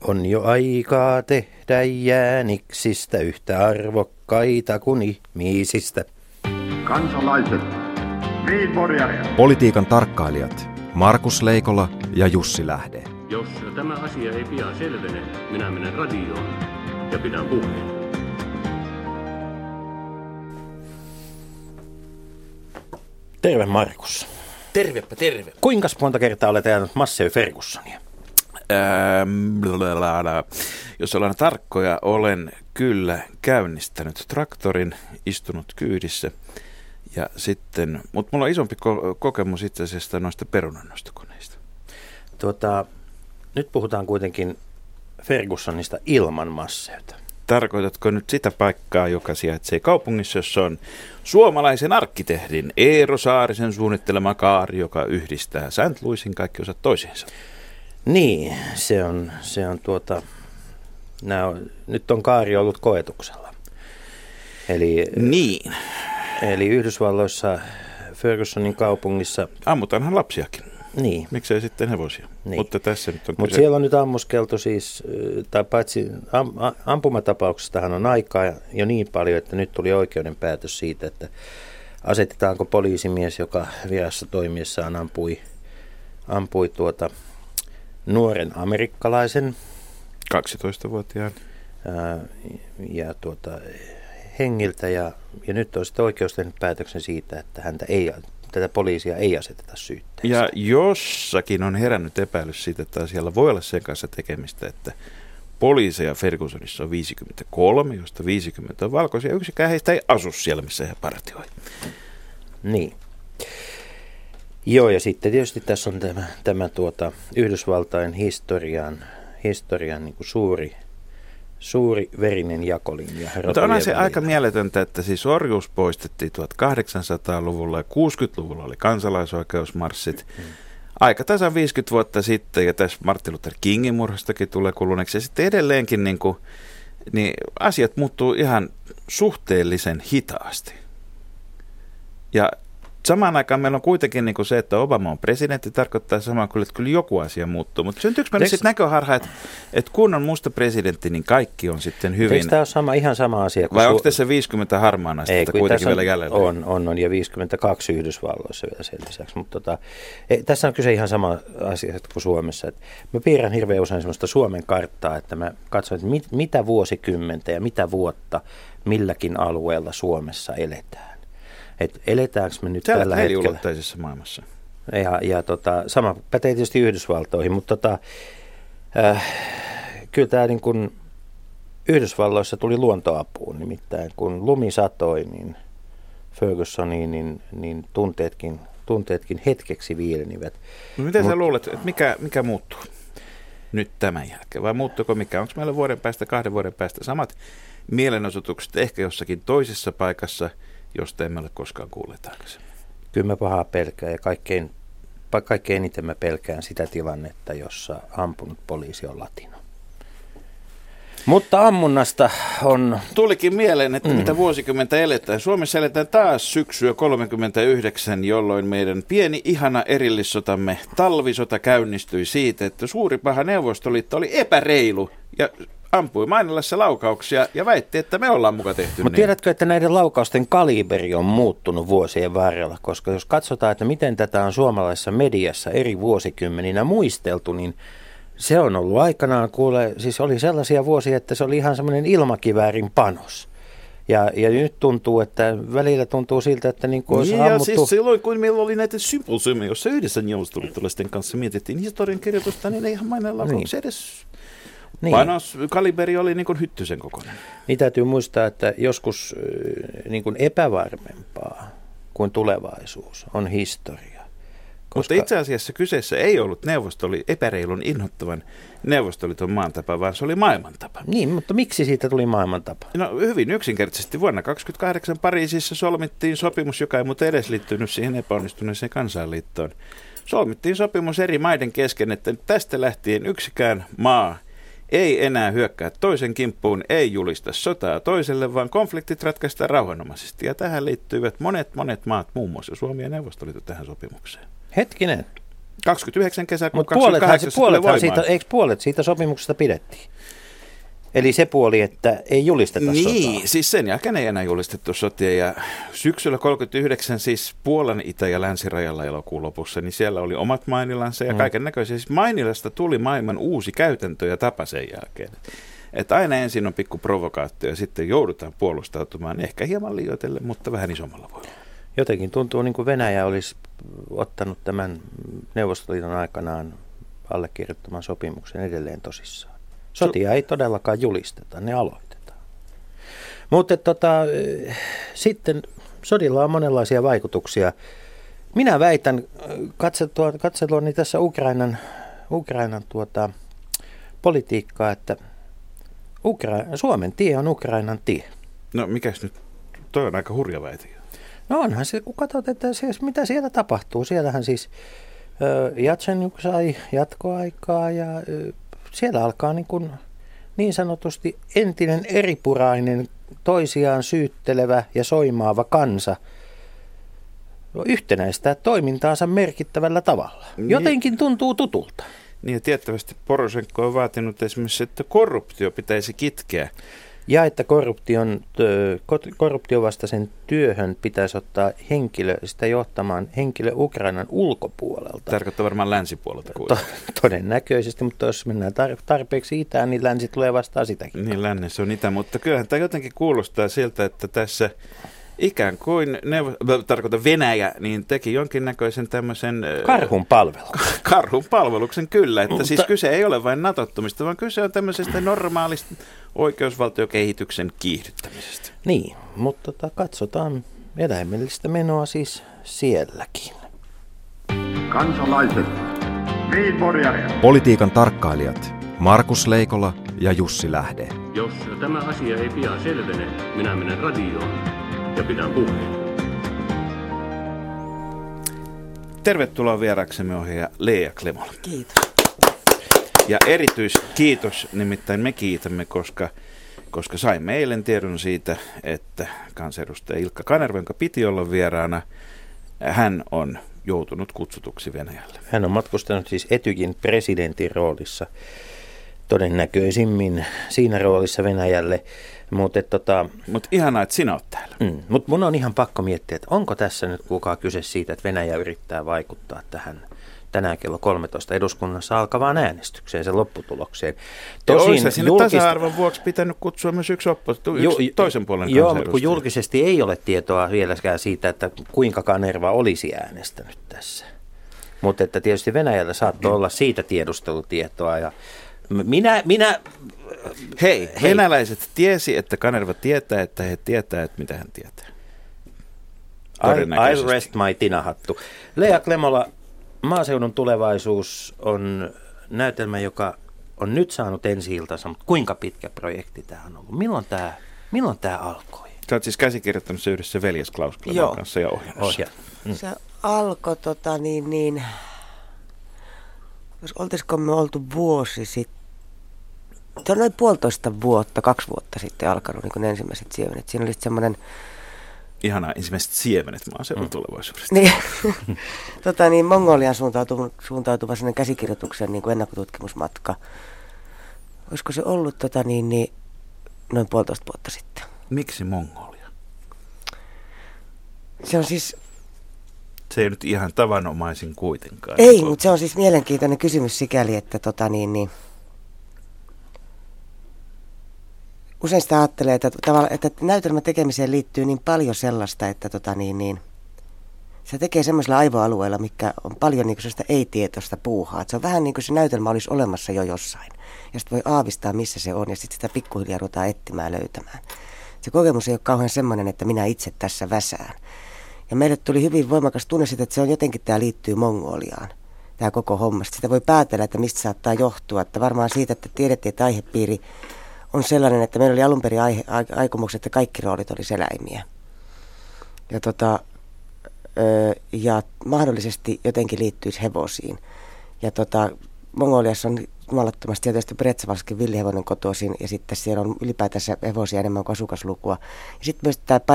On jo aikaa tehdä jääniksistä yhtä arvokkaita kuin ihmisistä. Kansalaiset, politiikan tarkkailijat Markus Leikola ja Jussi Lähde. Jos tämä asia ei pian selvene, minä menen radioon ja pidän puheen. Terve Markus. Tervepä terve. Kuinkas monta kertaa olet ajanut Massey Fergusonia? Jos ollaan tarkkoja, olen kyllä käynnistänyt traktorin, istunut kyydissä ja sitten, mutta mulla on isompi kokemus itse asiassa noista perunannostokoneista. Nyt puhutaan kuitenkin Fergusonista ilman Masseyta. Tarkoitatko nyt sitä paikkaa, joka sijaitsee kaupungissa, jossa on suomalaisen arkkitehdin Eero Saarisen suunnittelema kaari, joka yhdistää St. Louisin kaikki osat toisiinsa? Niin, nyt on kaari ollut koetuksella. Eli Yhdysvalloissa Fergusonin kaupungissa ammutaanhan lapsiakin. Niin. Miksei sitten hevosia? Niin. Mutta tässä nyt on kyse. Siellä on nyt ammuskeltu siis, tai paitsi ampumatapauksestahan on aikaa jo niin paljon, että nyt tuli oikeuden päätös siitä, että asetetaanko poliisimies, joka virassa toimiessaan ampui nuoren amerikkalaisen 12-vuotiaan ja hengiltä ja nyt on sitten oikeus tehnyt päätöksen siitä, että tätä poliisia ei aseteta syytteeseen. Ja jossakin on herännyt epäilys siitä, että siellä voi olla sen kanssa tekemistä, että poliiseja Fergusonissa on 53, josta 50 on valkoisia. Yksikään heistä ei asu siellä, missä he partioi. Niin. Joo, ja sitten tietysti tässä on tämä Yhdysvaltain historian niin kuin suuri verinen jakolinja. Mutta onhan se aika mieletöntä, että siis orjuus poistettiin 1800-luvulla ja 60-luvulla oli kansalaisoikeusmarssit. Aika tasan 50 vuotta sitten, ja tässä Martin Luther Kingin murhastakin tulee kuluneeksi. Ja sitten edelleenkin niin asiat muuttuu ihan suhteellisen hitaasti. Ja samaan aikaan meillä on kuitenkin niin kuin se, että Obama on presidentti, tarkoittaa samaa kuin, että kyllä joku asia muuttuu. Mutta syntyykö meille sitten näköharha, että kun on musta presidentti, niin kaikki on sitten hyvin? Eikö tämä ole ihan sama asia? Vai onko tässä 50 harmaana astetta kuitenkin vielä jäljellä? On, ja 52 Yhdysvalloissa vielä sen lisäksi. Mutta tässä on kyse ihan sama asia kuin Suomessa. Mä piirrän hirveän usein sellaista Suomen karttaa, että mä katson, että mitä vuosikymmentä ja mitä vuotta milläkin alueella Suomessa eletään. Että eletäänkö me nyt tällä hetkellä? Neliulotteisessa maailmassa. Ja sama pätee tietysti Yhdysvaltoihin, mutta kyllä tämä niin kuin Yhdysvalloissa tuli luontoapuun, nimittäin kun lumi satoi, niin Fergusoniin, niin tunteetkin hetkeksi viilenivät. No miten sä luulet, että mikä muuttuu nyt tämän jälkeen? Vai muuttuuko mikä? Onko meillä vuoden päästä, 2 vuoden päästä samat mielenosoitukset ehkä jossakin toisessa paikassa, josta emme ole koskaan kuulleet aikaisemmin? Kyllä mä pahaa pelkään ja kaikkein eniten mä pelkään sitä tilannetta, jossa ampunut poliisi on latino. Mutta ammunnasta on... Tulikin mieleen, että mitä vuosikymmentä eletään. Suomessa eletään taas syksyä 1939, jolloin meidän pieni ihana erillissotamme talvisota käynnistyi siitä, että suuri paha Neuvostoliitto oli epäreilu ja ampui Mainilassa laukauksia ja väitti, että me ollaan muka tehty niin. Mutta tiedätkö, että näiden laukausten kaliberi on muuttunut vuosien varrella, koska jos katsotaan, että miten tätä on suomalaisessa mediassa eri vuosikymmeninä muisteltu, niin se on ollut aikanaan, siis oli sellaisia vuosia, että se oli ihan semmoinen ilmakiväärin panos. Ja nyt tuntuu, että välillä tuntuu siltä, että niin kuin olisi ammuttu... Ja siis silloin, kun meillä oli näitä symposiumeja, jossa yhdessä neuvostoliittolaisten kanssa mietittiin historiankirjoitusta, niin ei ihan maineen laukauksia edes... Niin. Panos kaliberi oli niin kuin hyttysen kokoinen. Niin täytyy muistaa, että joskus niin kuin epävarmempaa kuin tulevaisuus on historia. Mutta itse asiassa kyseessä ei ollut epäreilun inhottavan Neuvostoliiton maantapa, vaan se oli maailmantapa. Niin, mutta miksi siitä tuli maailmantapa? No hyvin yksinkertaisesti. Vuonna 1928 Pariisissa solmittiin sopimus, joka ei muuten edes liittynyt siihen epäonnistuneeseen kansainliittoon. Solmittiin sopimus eri maiden kesken, että tästä lähtien yksikään maa ei enää hyökkää toisen kimppuun, ei julista sotaa toiselle, vaan konfliktit ratkaistaan rauhanomaisesti. Ja tähän liittyivät monet maat, muun muassa Suomi ja Neuvostoliitto tähän sopimukseen. Hetkinen. 29 kesäkuun Mutta 28 eikö puolet siitä sopimuksesta pidettiin? Eli se puoli, että ei julisteta sotaa. Niin, siis sen jälkeen ei enää julistettu sotia. Ja syksyllä 39 siis Puolan itä- ja länsirajalla elokuun lopussa, niin siellä oli omat Mainilansa ja kaiken näköisiä. Siis Mainilasta tuli maailman uusi käytäntö ja tapa sen jälkeen. Että aina ensin on pikku provokaatio ja sitten joudutaan puolustautumaan ehkä hieman liioitellen, mutta vähän isommalla voimalla. Jotenkin tuntuu niin kuin Venäjä olisi ottanut tämän Neuvostoliiton aikanaan allekirjoittaman sopimuksen edelleen tosissaan. Sotia ei todellakaan julisteta, ne aloitetaan. Mutta sitten sodilla on monenlaisia vaikutuksia. Minä väitän, katseltuani tässä Ukrainan politiikkaa, että Suomen tie on Ukrainan tie. No mikäs nyt, toi on aika hurja väite. No onhan se, kun katsot, että mitä siellä tapahtuu. Siellähän siis Jatsenyuk sai jatkoaikaa ja siellä alkaa niin sanotusti entinen eripurainen, toisiaan syyttelevä ja soimaava kansa yhtenäistää toimintaansa merkittävällä tavalla. Jotenkin tuntuu tutulta. Niin ja tiettävästi Poroshenko on vaatinut esimerkiksi, että korruptio pitäisi kitkeä. Ja että korruptiovastaisen työhön pitäisi ottaa sitä johtamaan henkilö Ukrainan ulkopuolelta. Tarkoittaa varmaan länsipuolelta kuitenkin. Todennäköisesti, mutta jos mennään tarpeeksi itään, niin länsi tulee vastaan sitäkin. Niin, lännessä on itä, mutta kyllähän tämä jotenkin kuulostaa siltä, että tässä ikään kuin Venäjä niin teki jonkinnäköisen tämmöisen karhun palveluksen kyllä, että siis kyse ei ole vain natottumista, vaan kyse on tämmöisestä normaalista oikeusvaltiokehityksen kiihdyttämisestä. Niin, mutta katsotaan eläimellistä menoa siis sielläkin. Kansalaiset. Politiikan tarkkailijat Markus Leikola ja Jussi Lähde. Jos tämä asia ei pian selvene, minä menen radioon ja pidän puheen. Tervetuloa vieraksemme ohjaaja Lea Klemola. Kiitos. Ja erityiskiitos, nimittäin me kiitämme, koska saimme eilen tiedon siitä, että kansanedustaja Ilkka Kanerva, jonka piti olla vieraana, hän on joutunut kutsutuksi Venäjälle. Hän on matkustanut siis Etyjin presidentin roolissa, todennäköisimmin siinä roolissa Venäjälle. Mutta ihanaa, että sinä olet täällä. Mutta mun on ihan pakko miettiä, että onko tässä nyt kukaan kyse siitä, että Venäjä yrittää vaikuttaa tähän tänään kello 13 eduskunnassa alkavaan äänestykseen, sen lopputulokseen. Tosin sinne tasa-arvon vuoksi pitänyt kutsua myös yksi toisen puolen kansanedustaja. Joo, mutta kun julkisesti ei ole tietoa vieläkään siitä, että kuinka Kanerva olisi äänestänyt tässä. Mutta että tietysti Venäjällä saattoi olla siitä tiedustelutietoa ja Hei, venäläiset tiesi, että Kanerva tietää, että he tietää, että mitä hän tietää. I'll rest my tinahattu. Lea Klemola, Maaseudun tulevaisuus on näytelmä, joka on nyt saanut ensi-iltansa, mutta kuinka pitkä projekti tämä on ollut? Milloin tämä alkoi? Sä oot siis käsikirjoittanut se yhdessä veljes Klaus Klemon kanssa ja ohjannut. Se alkoi, oltisiko me oltu vuosi sitten, se on noin 1,5 vuotta, 2 vuotta sitten alkanut niin ensimmäiset siemenet. Siinä oli semmoinen... Ihanaa, ensimmäiset siemenet maaseudun tulevaisuudesta. Niin, Mongolian suuntautuva sellainen käsikirjoituksen niin kuin ennakkotutkimusmatka. Olisiko se ollut noin 1,5 vuotta sitten? Miksi Mongolia? Se on siis... Se ei nyt ihan tavanomaisin kuitenkaan. Ei, mutta se on siis mielenkiintoinen kysymys sikäli, että usein sitä ajattelee, että näytelmän tekemiseen liittyy niin paljon sellaista, että se tekee semmoisella aivoalueella, mikä on paljon niin kuin sellaista ei-tietoista puuhaa. Että se on vähän niin kuin se näytelmä olisi olemassa jo jossain. Ja sitten voi aavistaa, missä se on, ja sitten sitä pikkuhiljaa ruvetaan etsimään ja löytämään. Se kokemus ei ole kauhean semmoinen, että minä itse tässä väsään. Ja meille tuli hyvin voimakas tunne siitä, että se on jotenkin, tämä liittyy Mongoliaan, tämä koko homma. Sitä voi päätellä, että mistä saattaa johtua. Että varmaan siitä, että tiedettiin, että aihepiiri on sellainen, että meillä oli alun perin aikomukset, että kaikki roolit oli eläimiä. Ja mahdollisesti jotenkin liittyisi hevosiin. Ja Mongoliassa on jumalattomasti tietysti Pretsavalskin villihevonen kotoisin, ja sitten siellä on ylipäätänsä hevosia enemmän kuin asukaslukua. Ja sitten myös tämä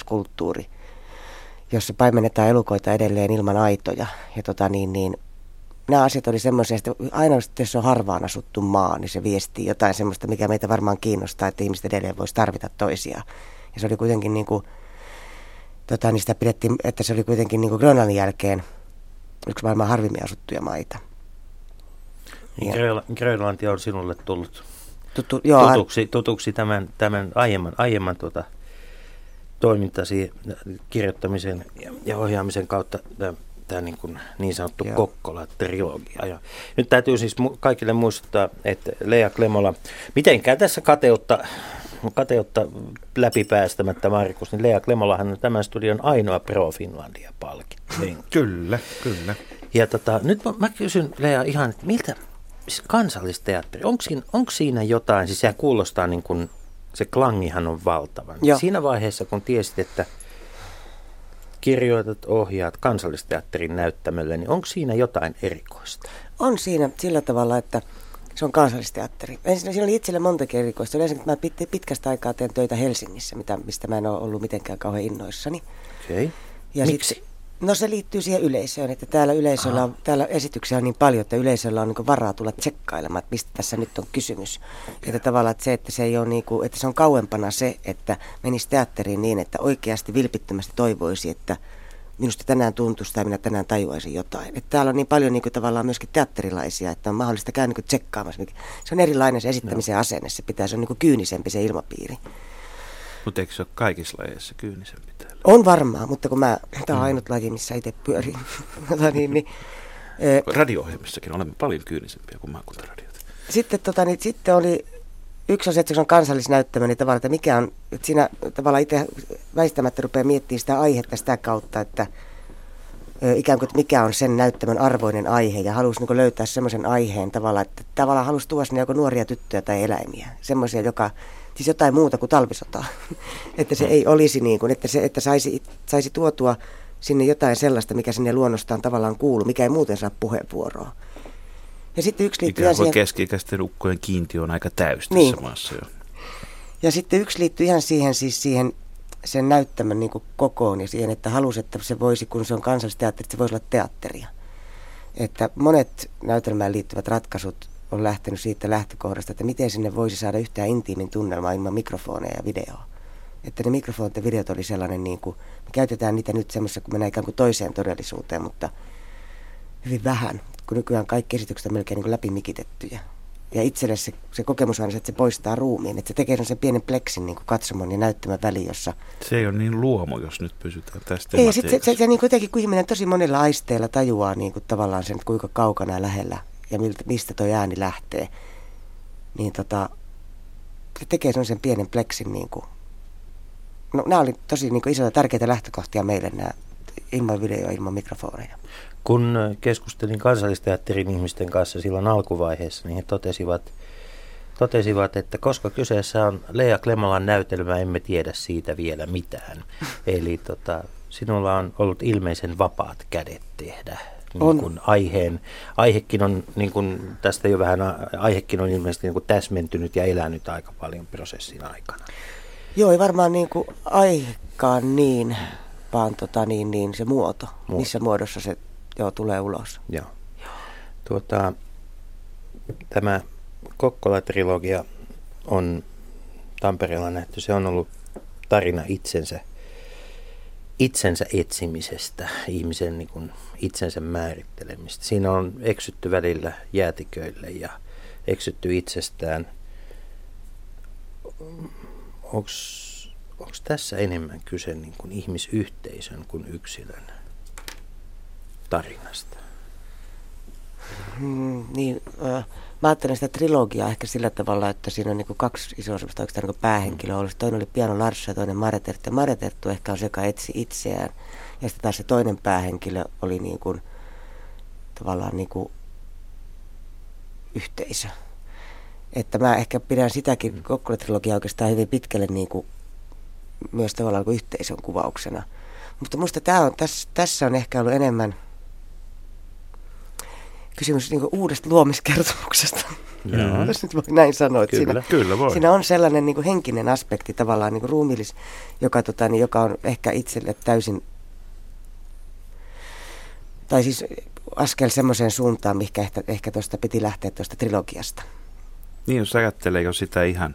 paimentolaiskulttuuri, jossa paimennetaan elukoita edelleen ilman aitoja. Ja nämä asiat oli semmoisia, että aina jos on harvaan asuttu maa, niin se viestii jotain semmoista, mikä meitä varmaan kiinnostaa, että ihmiset edelleen voisi tarvita toisiaan. Ja se oli kuitenkin niin kuin, niin sitä pidettiin, että se oli kuitenkin niin kuin Grönlannin jälkeen yksi maailman harvimmin asuttuja maita. Grönlanti on sinulle tullut tutuksi tämän aiemman toimintasi kirjoittamisen ja ohjaamisen kautta tämä niin sanottu Kokkola-trilogia. Ja nyt täytyy siis kaikille muistuttaa, että Lea Klemola, mitenkään tässä kateutta läpipäästämättä Markus, niin Lea Klemolahan on tämän studion ainoa Pro Finlandia-palkinto. Kyllä. Ja nyt mä kysyn Lea ihan, että miltä kansallisteatteri, onko siinä jotain, siis sehän kuulostaa niin kuin, se klangihan on valtava. Siinä vaiheessa, kun tiesit, että kirjoitat, ohjaat kansallisteatterin näyttämölle, niin onko siinä jotain erikoista? On siinä sillä tavalla, että se on kansallisteatteri. Siinä oli itselle montakin erikoista. Yleensä mä pitkästä aikaa teen töitä Helsingissä, mistä mä en ole ollut mitenkään kauhean innoissani. Okei. Miksi? No se liittyy siihen yleisöön, että täällä esityksiä on niin paljon, että yleisöllä on niin varaa tulla tsekkailemaan, että mistä tässä nyt on kysymys. Että tavallaan että se ei ole niin kuin, että se on kauempana se, että menisi teatteriin niin, että oikeasti vilpittömästi toivoisi, että minusta tänään tuntuisi tai minä tänään tajuaisin jotain. Että täällä on niin paljon niin kuin tavallaan myöskin teatterilaisia, että on mahdollista käydä niin kuin tsekkaamassa. Se on erilainen se esittämisen asenne, se pitäisi olla niin kuin kyynisempi se ilmapiiri. Mutta eikö se ole kaikissa lajeissa kyynisempi täällä? On varmaan, mutta kun tämä on ainut laji, missä itse pyörin. Radio-ohjelmissakin olemme paljon kyynisempiä kuin maakuntaradiot. Sitten oli yksi asia, että se on kansallisnäyttämö, niin tavallaan, että mikä on, että siinä tavallaan itse väistämättä rupeaa miettimään sitä aihetta sitä kautta, että ikään kuin, että mikä on sen näyttämön arvoinen aihe, ja halusi niin löytää semmoisen aiheen tavallaan, että tavallaan halusi tuoda sinne joko nuoria tyttöjä tai eläimiä, semmoisia, siis jotain muuta kuin talvisotaa, että se ei olisi niin kuin, että saisi tuotua sinne jotain sellaista, mikä sinne luonnostaan tavallaan kuuluu, mikä ei muuten saa puheenvuoroa. Ja sitten yksi liittyy ikään kuin keski-ikäisten ukkojen kiintiö on aika täys tässä niin maassa jo. Ja sitten yksi liittyy ihan siihen sen näyttämön niin kuin kokoon ja siihen, että halusi, että se voisi, kun se on kansallisteatteri, että se voisi olla teatteria. Että monet näytelmään liittyvät ratkaisut on lähtenyt siitä lähtökohdasta, että miten sinne voisi saada yhtään intiimin tunnelmaa ilman mikrofoneja ja videoa. Että ne mikrofonit ja videot oli sellainen, niin kuin, me käytetään niitä nyt semmoisessa, kun mennään ikään kuin toiseen todellisuuteen, mutta hyvin vähän, kun nykyään kaikki esitykset on melkein niin kuin läpimikitettyjä. Ja itselle se kokemus on se, että se poistaa ruumiin, että se tekee sen pienen pleksin niin kuin katsomon ja näyttämän väliin, jossa... Se ei ole niin luomo, jos nyt pysytään tästä. Ei, se niin jotenkin, kun ihminen tosi monilla aisteilla tajuaa niin kuin tavallaan sen, kuinka kaukana ja lähellä ja mistä toi ääni lähtee, niin se tekee sen pienen pleksin niin kuin... No nämä oli tosi niin kuin isoja tärkeitä lähtökohtia meille nämä ilman videoa, ilman mikrofoneja. Kun keskustelin kansallisteatterin ihmisten kanssa silloin alkuvaiheessa, niin he totesivat, että koska kyseessä on Lea Klemolan näytelmä, emme tiedä siitä vielä mitään. Eli sinulla on ollut ilmeisen vapaat kädet tehdä. Niin kuin aihekin on, niin kuin tästä jo vähän, aihekin on ilmeisesti niin kuin täsmentynyt ja elänyt aika paljon prosessin aikana. Joo, ei varmaan niin kuin aikaan niin, vaan se muoto, missä muodossa se tulee ulos. Joo. Tämä Kokkola-trilogia on Tampereella nähty. Se on ollut tarina itsensä etsimisestä, ihmisen niin kuin itsensä määrittelemistä. Siinä on eksytty välillä jäätiköille ja eksytty itsestään. Onko tässä enemmän kyse niin kuin ihmisyhteisön kuin yksilön tarinasta? Mä ajattelen sitä trilogiaa ehkä sillä tavalla, että siinä on niin kuin kaksi isoa semmoista oikeastaan niin päähenkilöä ollut. Toinen oli Piano Larssa ja toinen Mare Terttu. Mare Terttu ehkä on se, joka etsi itseään. Ja sitten taas se toinen päähenkilö oli niin kuin, tavallaan niin kuin yhteisö. Että mä ehkä pidän sitäkin Kokkola-trilogiaa oikeastaan hyvin pitkälle niin kuin, myös tavallaan kuin yhteisön kuvauksena. Mutta musta tässä on ehkä ollut enemmän kysymys niin kuin uudesta luomiskertomuksesta. Jos nyt voi näin sanoa. Kyllä voi. Siinä on sellainen niin kuin henkinen aspekti tavallaan niin kuin ruumiillis, joka on ehkä itselle täysin, tai siis askel semmoiseen suuntaan, mikä ehkä tuosta piti lähteä tuosta trilogiasta. Niin, jos ajattelee jo sitä ihan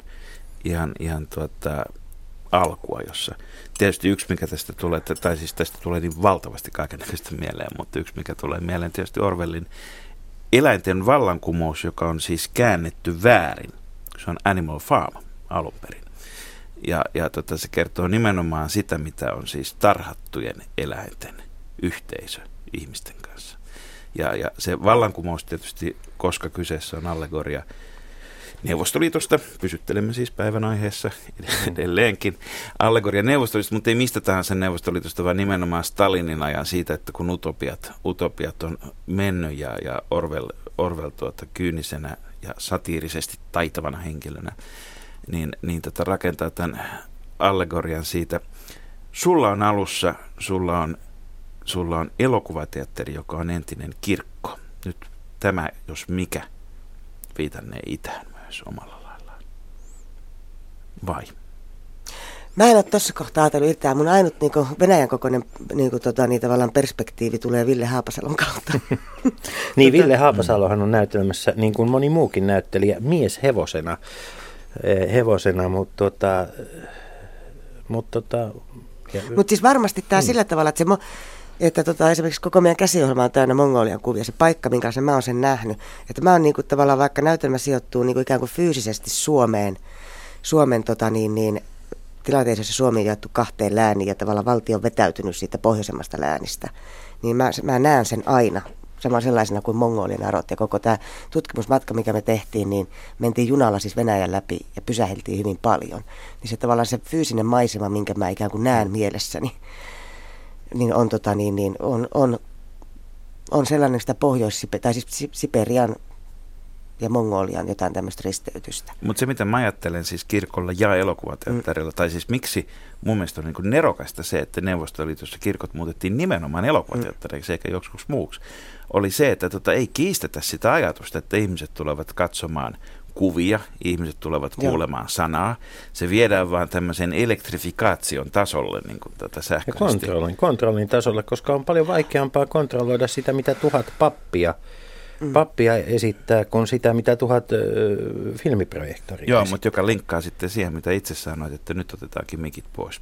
alkua, jossa tietysti yksi, mikä tästä tulee, tai siis tästä tulee niin valtavasti kaikennäköistä mieleen, mutta yksi, mikä tulee mieleen tietysti Orwellin eläinten vallankumous, joka on siis käännetty väärin. Se on Animal Farm alun perin. Ja se kertoo nimenomaan sitä, mitä on siis tarhattujen eläinten yhteisö ihmisten kanssa. Ja se vallankumous tietysti, koska kyseessä on allegoria Neuvostoliitosta, pysyttelemme siis päivän aiheessa edelleenkin, allegoria Neuvostoliitosta, mutta ei mistä tahansa Neuvostoliitosta, vaan nimenomaan Stalinin ajan siitä, että kun utopiat on mennyt ja Orwell kyynisenä ja satiirisesti taitavana henkilönä, niin rakentaa tämän allegorian siitä. Sulla on alussa, sulla on elokuvateatteri, joka on entinen kirkko. Nyt tämä, jos mikä, viitannee itään myös omalla laillaan. Vai? Mä en ole tuossa kohtaa ajatellut yhtään. Mun ainut Venäjän kokoinen tavallaan perspektiivi tulee Ville Haapasalon kautta. Niin, Ville Haapasalohan on näytelmässä, niin kuin moni muukin näyttelijä, mieshevosena, mutta siis varmasti tämä sillä tavalla, että esimerkiksi koko meidän käsiohjelma on täynnä Mongolian kuvia, se paikka, minkä mä oon sen nähnyt. Että mä oon tavallaan, vaikka näytelmä sijoittuu ikään kuin fyysisesti Suomen tilanteessa, jossa Suomi on jaettu 2 lääniin ja tavallaan valtio on vetäytynyt siitä pohjoisemmasta läänistä, niin mä näen sen aina sellaisena kuin Mongolien arot. Ja koko tämä tutkimusmatka, mikä me tehtiin, niin mentiin junalla siis Venäjän läpi ja pysäheltiin hyvin paljon. Niin se tavallaan se fyysinen maisema, minkä mä ikään kuin näen mielessäni, niin on sellainen sitä Siperian ja Mongolian jotain tämmöistä risteytystä. Mutta se, mitä mä ajattelen siis kirkolla ja elokuvateatterilla, tai siis miksi mun mielestä on niin nerokasta se, että Neuvostoliitossa kirkot muutettiin nimenomaan elokuvateattereiksi eikä joksikus muuksi, oli se, että ei kiistetä sitä ajatusta, että ihmiset tulevat katsomaan kuvia, ihmiset tulevat kuulemaan sanaa. Se viedään vaan tämmöisen elektrifikaation tasolle, niin kuin sähköisesti. Ja kontrollin tasolle, koska on paljon vaikeampaa kontrolloida sitä, mitä 1000 pappia esittää, kuin sitä, mitä 1000 filmiprojektoria. Joo, mutta joka linkkaa sitten siihen, mitä itse sanoit, että nyt otetaankin mikit pois.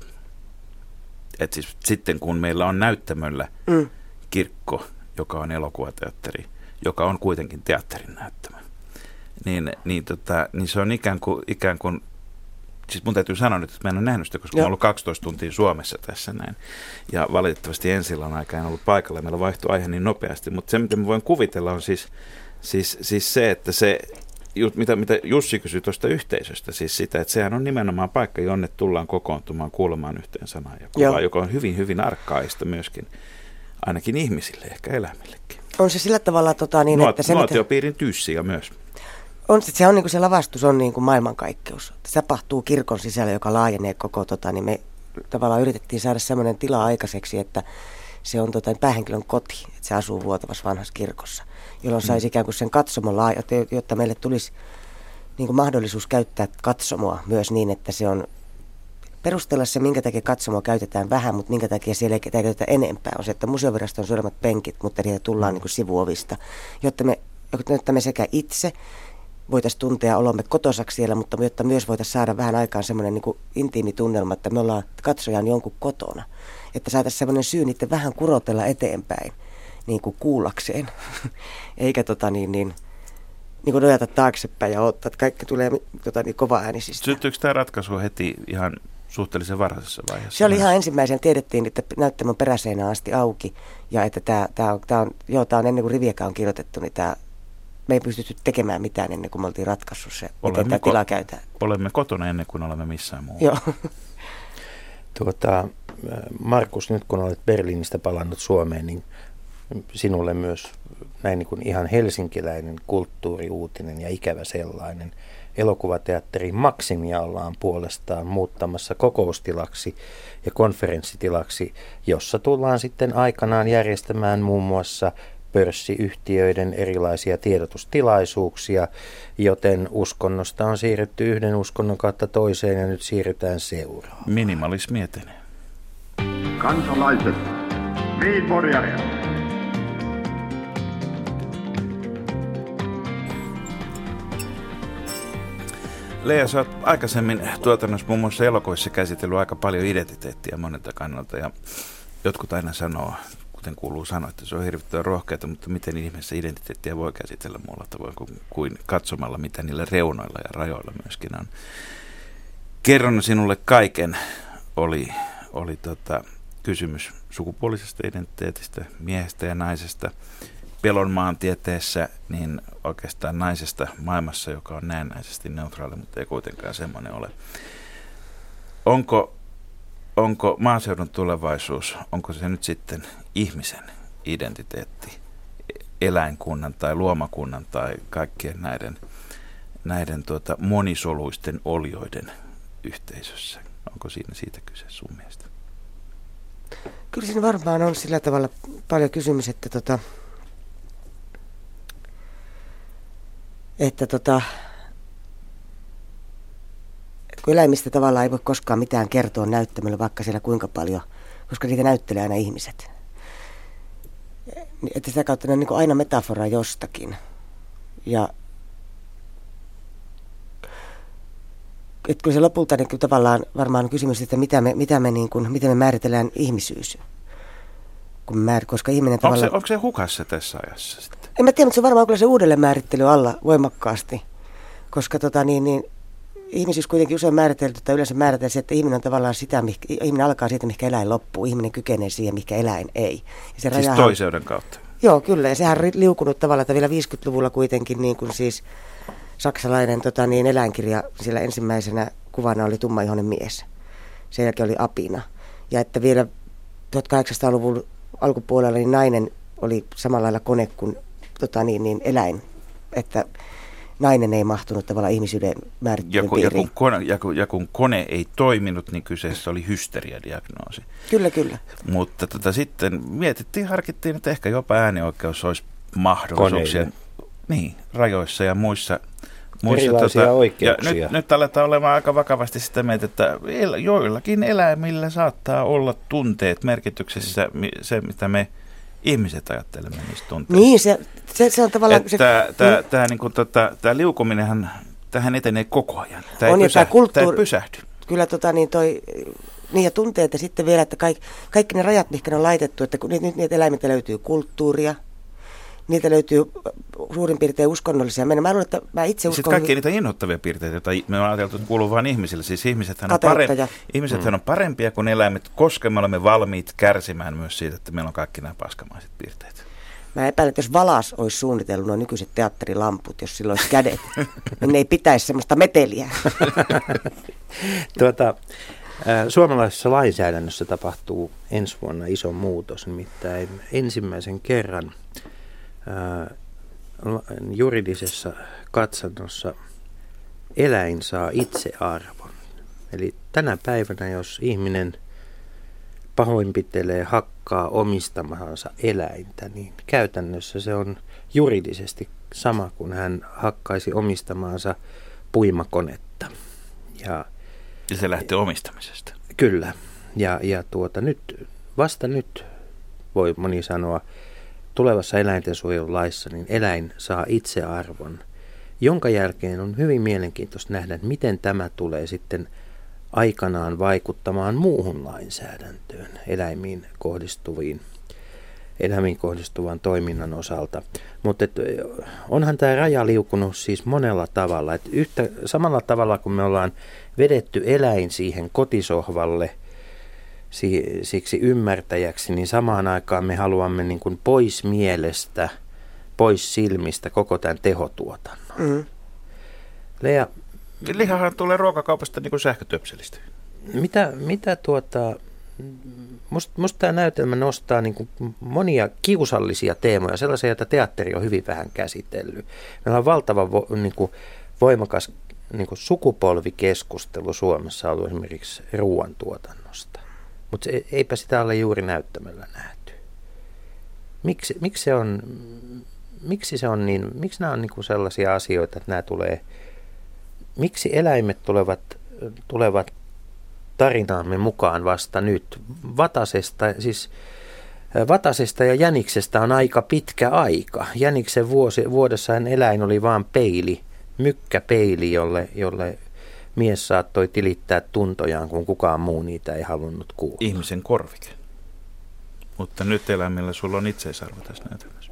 Et siis sitten kun meillä on näyttämöllä kirkko, joka on elokuvateatteri, joka on kuitenkin teatterin näyttämö, niin se on ikään kuin, siis mun täytyy sanoa nyt, että mä en ole nähnyt sitä, koska mä oon ollut 12 tuntia Suomessa tässä näin. Ja valitettavasti ensillan aikaa en ollut paikalla, meillä vaihtui aihe niin nopeasti. Mutta se, mitä mä voin kuvitella, on siis se, että se, mitä Jussi kysyi tuosta yhteisöstä, siis sitä, että sehän on nimenomaan paikka, jonne tullaan kokoontumaan kuulemaan yhteen sanaa ja kuvaa, joka on hyvin, hyvin arkaista myöskin, ainakin ihmisille, ehkä eläimillekin. On se sillä tavalla, että se nuotiopiirin tyyssiä myös. Se on se lavastus on maailmankaikkeus. Se tapahtuu kirkon sisällä, joka laajenee koko, niin me tavallaan yritettiin saada semmoinen tila aikaiseksi, että se on päähenkilön koti, että se asuu vuotavassa vanhassa kirkossa, jolloin saisi ikään kuin sen katsomon jotta meille tulisi mahdollisuus käyttää katsomoa myös niin, että se on perustella se, minkä takia katsomoa käytetään vähän, mutta minkä takia siellä ei käytetä enempää. On se, että museoviraston suuremmat penkit, mutta niitä tullaan sivuovista, jotta me sekä itse voitaisiin tuntea olomme kotosaksi siellä, mutta jotta myös voitaisiin saada vähän aikaan semmoinen intiimi tunnelma, että me ollaan katsojan jonkun kotona. Että saataisiin semmoinen syy niiden vähän kurotella eteenpäin kuullakseen, eikä nojata taaksepäin ja odottaa, että kaikki tulee kovaäänisistä. Syttyykö tämä ratkaisu heti ihan suhteellisen varhaisessa vaiheessa? Se oli ihan ensimmäisen. Tiedettiin, että näyttämö on peräseinään asti auki ja että tämä on ennen kuin riviäkään on kirjoitettu, niin me ei pystytty tekemään mitään ennen kuin me oltiin ratkaissut se, miten tämä tila käytetään. Olemme kotona ennen kuin olemme missään muualla. Joo. Markus, nyt kun olet Berliinistä palannut Suomeen, niin sinulle myös näin niin kuin ihan helsinkiläinen kulttuuriuutinen ja ikävä sellainen. Elokuvateatteri Maksimia ollaan puolestaan muuttamassa kokoustilaksi ja konferenssitilaksi, jossa tullaan sitten aikanaan järjestämään muun muassa pörssiyhtiöiden erilaisia tiedotustilaisuuksia, joten uskonnosta on siirrytty yhden uskonnon kautta toiseen ja nyt siirrytään seuraavaan. Minimalismi etenee. Kansalaiset, Lea, sä oot aikaisemmin tuotannossa muun muassa elokuvissa käsitellyt aika paljon identiteettiä monelta kannalta ja jotkut aina sanoo, kuten kuuluu sanoa, että se on hirvittävän rohkeata, mutta miten ihmeessä identiteettiä voi käsitellä muulla tavoin kuin katsomalla, mitä niillä reunoilla ja rajoilla myöskin on. Kerron sinulle kaiken oli kysymys sukupuolisesta identiteetistä, miehestä ja naisesta. Pelon maantieteessä, niin oikeastaan naisesta maailmassa, joka on näennäisesti neutraali, mutta ei kuitenkaan semmoinen ole. Onko maaseudun tulevaisuus, onko se nyt sitten ihmisen identiteetti, eläinkunnan tai luomakunnan tai kaikkien näiden monisoluisten olioiden yhteisössä? Onko siinä siitä kyse sun mielestä? Kyllä siinä varmaan on sillä tavalla paljon kysymys, että kun eläimistä tavallaan ei voi koskaan mitään kertoa näyttämöllä, vaikka siellä kuinka paljon, koska niitä näyttelee aina ihmiset. Että sitä kautta ne on niin kuin aina metafora jostakin. Ja että kyllä se lopulta niin tavallaan varmaan on kysymys, että miten me määritellään ihmisyys. Koska ihminen tavallaan... Onko se hukassa tässä ajassa sitten? En mä tiedä, mutta se varmaan kyllä se uudelleenmäärittely alla voimakkaasti. Koska ihmisyys kuitenkin usein määritelty, tai yleensä määritellään se, että ihminen on tavallaan sitä, ihminen alkaa siitä, mikä eläin loppuu. Ihminen kykenee siihen, mikä eläin ei. Ja se siis toiseuden kautta? Joo, kyllä. Ja sehän on liukunut tavallaan, että vielä 50-luvulla kuitenkin niin kuin siis saksalainen eläinkirja, siellä ensimmäisenä kuvana oli tummaihoinen mies. Sen jälkeen oli apina. Ja että vielä 1800-luvun alkupuolella niin nainen oli samalla lailla kone kuin eläin. Että nainen ei mahtunut tavallaan ihmisyyden määrittelyn piiriin. Ja kun kone ei toiminut, niin kyseessä oli hysteriadiagnoosi. Kyllä. Mutta sitten harkittiin, että ehkä jopa äänioikeus olisi mahdollisuuksia rajoissa ja muissa erilaisia oikeuksia. Ja nyt aletaan olemaan aika vakavasti sitä mieltä, että joillakin eläimillä saattaa olla tunteet merkityksessä se, mitä me ihmiset ajattelemme niistä tunteista. Niin, se on tavallaan... Tämä liukuminenhan, tähän etenee koko ajan. Tämä ei pysähdy. Kyllä ja tunteet ja sitten vielä, että kaikki ne rajat, mihinkä ne on laitettu, että nyt niitä eläimiltä löytyy kulttuuria, niiltä löytyy suurin piirtein uskonnollisia. Mä luulen, että mä itse uskon... Sitten kaikki niitä inhottavia piirteitä, joita me on ajateltu, että kuuluu vain ihmisille. Siis ihmisethän on parempia kuin eläimet, koska me olemme valmiit kärsimään myös siitä, että meillä on kaikki nämä paskamaiset piirteet. Mä epäilen, että jos Valas olisi suunnitellut nuo nykyiset teatterilamput, jos sillä olisi kädet, niin ne ei pitäisi semmoista meteliä. Suomalaisessa lainsäädännössä tapahtuu ensi vuonna iso muutos, nimittäin ensimmäisen kerran juridisessa katsannossa eläin saa itsearvon. Eli tänä päivänä, jos ihminen pahoinpitelee, hakkaa omistamaansa eläintä, niin käytännössä se on juridisesti sama kuin hän hakkaisi omistamaansa puimakonetta. Ja se lähtee omistamisesta. Kyllä. Ja vasta nyt voi moni sanoa, tulevassa eläintensuojelulaissa niin eläin saa itsearvon, jonka jälkeen on hyvin mielenkiintoista nähdä, että miten tämä tulee sitten aikanaan vaikuttamaan muuhun lainsäädäntöön eläimiin kohdistuvan toiminnan osalta. Mutta onhan tämä raja liukunut siis monella tavalla. Että samalla tavalla kuin me ollaan vedetty eläin siihen kotisohvalle siksi ymmärtäjäksi, niin samaan aikaan me haluamme niin kuin pois mielestä, pois silmistä koko tämän tehotuotannon. Mm. Lea, lihahan tulee ruokakaupasta niin kuin sähkötöpselistä. Musta tämä näytelmä nostaa niin kuin monia kiusallisia teemoja, sellaisia, joita teatteri on hyvin vähän käsitellyt. Meillä on valtava voimakas niin kuin sukupolvikeskustelu Suomessa ollut esimerkiksi ruoantuotannosta. Mutta eipä sitä ole juuri näyttämällä nähty. Miksi nämä on niin kuin sellaisia asioita, että nämä tulee, miksi eläimet tulevat tarinaamme mukaan vasta nyt? Vatasesta ja jäniksestä on aika pitkä aika. Jäniksen vuodessaan eläin oli vaan peili, mykkäpeili, jolle mies saattoi tilittää tuntojaan, kun kukaan muu niitä ei halunnut kuulla. Ihmisen korvike. Mutta nyt eläimillä sulla on itseisarvo tässä näytelmässä.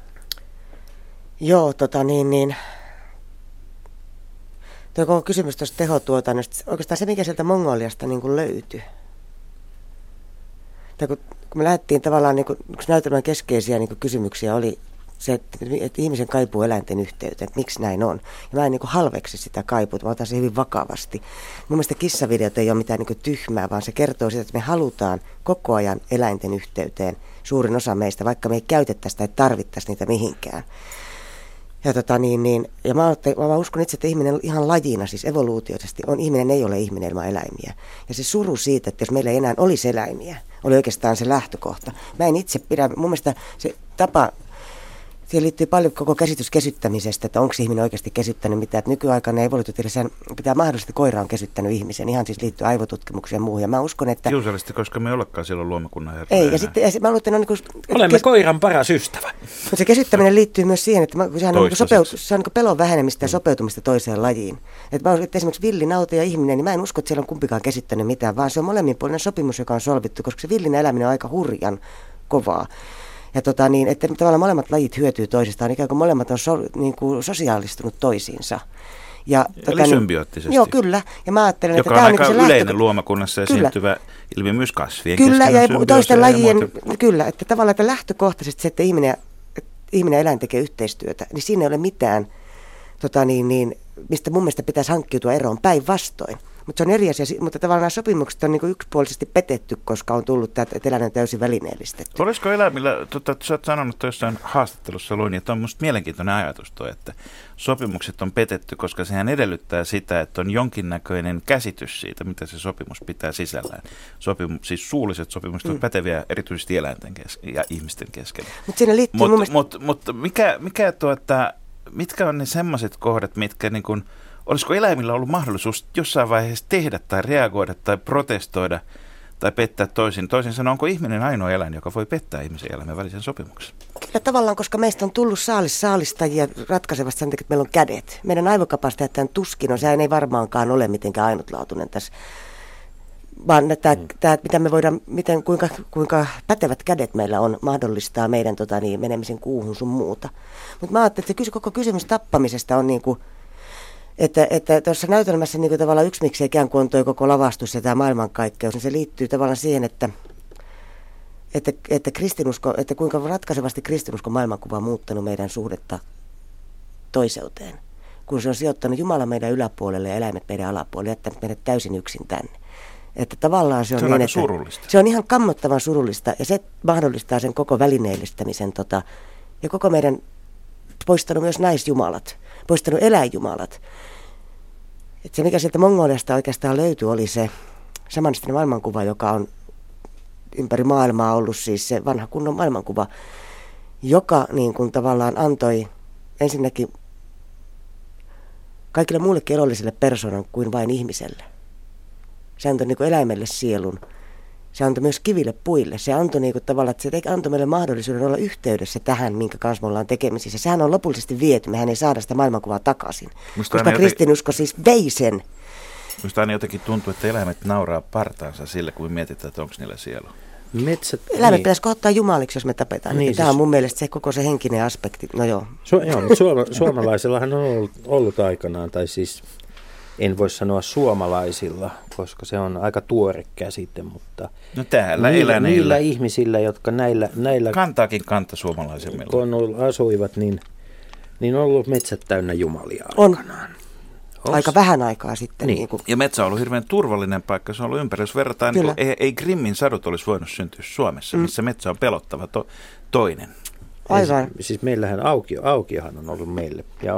Joo, tuo koko kysymys tuosta tehotuotannosta, oikeastaan se, mikä sieltä Mongoliasta niin kuin löytyi. Kun me lähdettiin tavallaan, niin kuin, yksi näytelmän keskeisiä niin kuin kysymyksiä oli se, että ihmisen kaipuu eläinten yhteyteen, että miksi näin on. Ja mä en niin kuin halveksi sitä kaipuuta, mä otan se hyvin vakavasti. Mun mielestä kissavideot ei ole mitään niin kuin tyhmää, vaan se kertoo siitä, että me halutaan koko ajan eläinten yhteyteen, suurin osa meistä, vaikka me ei käytettäisi tai tarvittaisi niitä mihinkään. Ja mä uskon itse, että ihminen ihan lajina, siis evoluutioisesti, ihminen ei ole ihminen ilman eläimiä. Ja se suru siitä, että jos meillä ei enää olisi eläimiä, oli oikeastaan se lähtökohta. Mä en itse pidä, mun mielestä se tapa, siihen liittyy paljon koko käsitys kesyttämisestä, että onko ihminen oikeasti kesyttänyt mitään. Että nykyaikana evoluutiotiedessä pitää mahdollisesti koira on kesyttänyt ihmisen, ihan siis liittyy aivotutkimuksiin ja muuhun. Ja mä uskon, että... Kiusallisesti, koska me ei olekaan silloin luomakunnan herra. Ei, ja sitten mä luulen, että ne on olemme koiran paras ystävä. Mutta se kesyttäminen liittyy myös siihen, että sehän on, se on pelon vähenemistä ja sopeutumista toiseen lajiin. Että mä uskon, että esimerkiksi villinauta ja ihminen, niin mä en usko, että siellä on kumpikaan kesyttänyt mitään, vaan se on molemminpuolinen sopimus, joka on solvittu, koska se villinä eläminen on aika hurjan kovaa. Ja että tavallaan molemmat lajit hyötyy toisistaan, ikään kuin molemmat on sosiaalistunut toisiinsa. Eli symbioottisesti. Joo, kyllä. Ja mä ajattelen, joka että on aika yleinen luomakunnassa esiintyvä ilmiö myös kasvien kyllä, kesken. Ja toisten lajien, kyllä, että tavallaan että lähtökohtaisesti se, että ihminen ja eläin tekee yhteistyötä, niin siinä ei ole mitään, mistä mun mielestä pitäisi hankkiutua eroon päinvastoin. Mutta se on eri asia, mutta tavallaan nämä sopimukset on niin yksipuolisesti petetty, koska on tullut tämä, että eläin on täysin välineellistetty. Olisiko eläimillä, sä oot sanonut jossain haastattelussa, luin, että on musta mielenkiintoinen ajatus tuo, että sopimukset on petetty, koska sehän edellyttää sitä, että on jonkinnäköinen käsitys siitä, mitä se sopimus pitää sisällään. Siis suulliset sopimukset on päteviä erityisesti eläinten ja ihmisten kesken. Mutta siinä liittyy Mutta mitkä on ne sellaiset kohdat, mitkä niin kuin, olisiko eläimillä ollut mahdollisuus jossain vaiheessa tehdä tai reagoida tai protestoida tai pettää toisin? Toisin sanoen, onko ihminen ainoa eläin, joka voi pettää ihmisen ja eläimen välisen sopimuksen? Kyllä tavallaan, koska meistä on tullut saalistajia ratkaisevasti sen takia, että meillä on kädet. Meidän aivokapasiteetti tuskin on, sehän ei varmaankaan ole mitenkään ainutlaatuinen tässä. Vaan mitä me voidaan, kuinka pätevät kädet meillä on, mahdollistaa meidän menemisen kuuhun sun muuta. Mutta mä ajattelin, että koko kysymys tappamisesta on niinku, että tuossa näytelmässä niin tavallaan yksi miksi ikään kuin on toi koko lavastus ja tämä maailmankaikkeus, niin se liittyy tavallaan siihen, että kristinusko, että kuinka ratkaisevasti kristinuskon maailmankuva on muuttanut meidän suhdetta toiseuteen. Kun se on sijoittanut Jumala meidän yläpuolelle ja eläimet meidän alapuolelle, jättänyt meidät täysin yksin tänne. Että tavallaan se on niin, että surullista. Se on ihan kammottavan surullista ja se mahdollistaa sen koko välineellistämisen ja koko meidän poistanut myös naisjumalat, poistanut eläinjumalat. Että se, mikä sieltä Mongoliasta oikeastaan löytyi, oli se samanistinen maailmankuva, joka on ympäri maailmaa ollut siis se vanha kunnon maailmankuva, joka niin kuin tavallaan antoi ensinnäkin kaikille muillekin elollisille persoonan kuin vain ihmiselle. Se antoi niin kuin eläimelle sielun. Se antoi myös kiville puille. Se antoi niin kuin tavallaan, että se antoi meille mahdollisuuden olla yhteydessä tähän, minkä kanssa me ollaan tekemisissä. Sehän on lopullisesti viety. Mehän ei saada sitä maailmankuvaa takaisin. Koska kristinusko siis vei sen. Minusta aina jotenkin tuntuu, että eläimet nauraa partaansa sille, kun mietitään, että onko niillä sielu. Eläimet pitäisi kohtaa jumaliksi, jos me tapetaan. Niin, tämä on mun mielestä se koko se henkinen aspekti. No joo. Suomalaisillahan on ollut aikanaan, tai siis en voi sanoa suomalaisilla, koska se on aika tuore käsite, mutta no täällä niillä ihmisillä, jotka näillä kantaakin kantasuomalaisemmilla, kun asuivat, niin on ollut metsät täynnä jumalia aikanaan. Aika vähän aikaa sitten. Niin. Ja metsä on ollut hirveän turvallinen paikka, se on ollut ympäri. Jos verrataan, niin ei Grimmin sadut olisi voinut syntyä Suomessa, missä metsä on pelottava toinen. Aivan. Siis meillähän aukiohan on ollut meille ja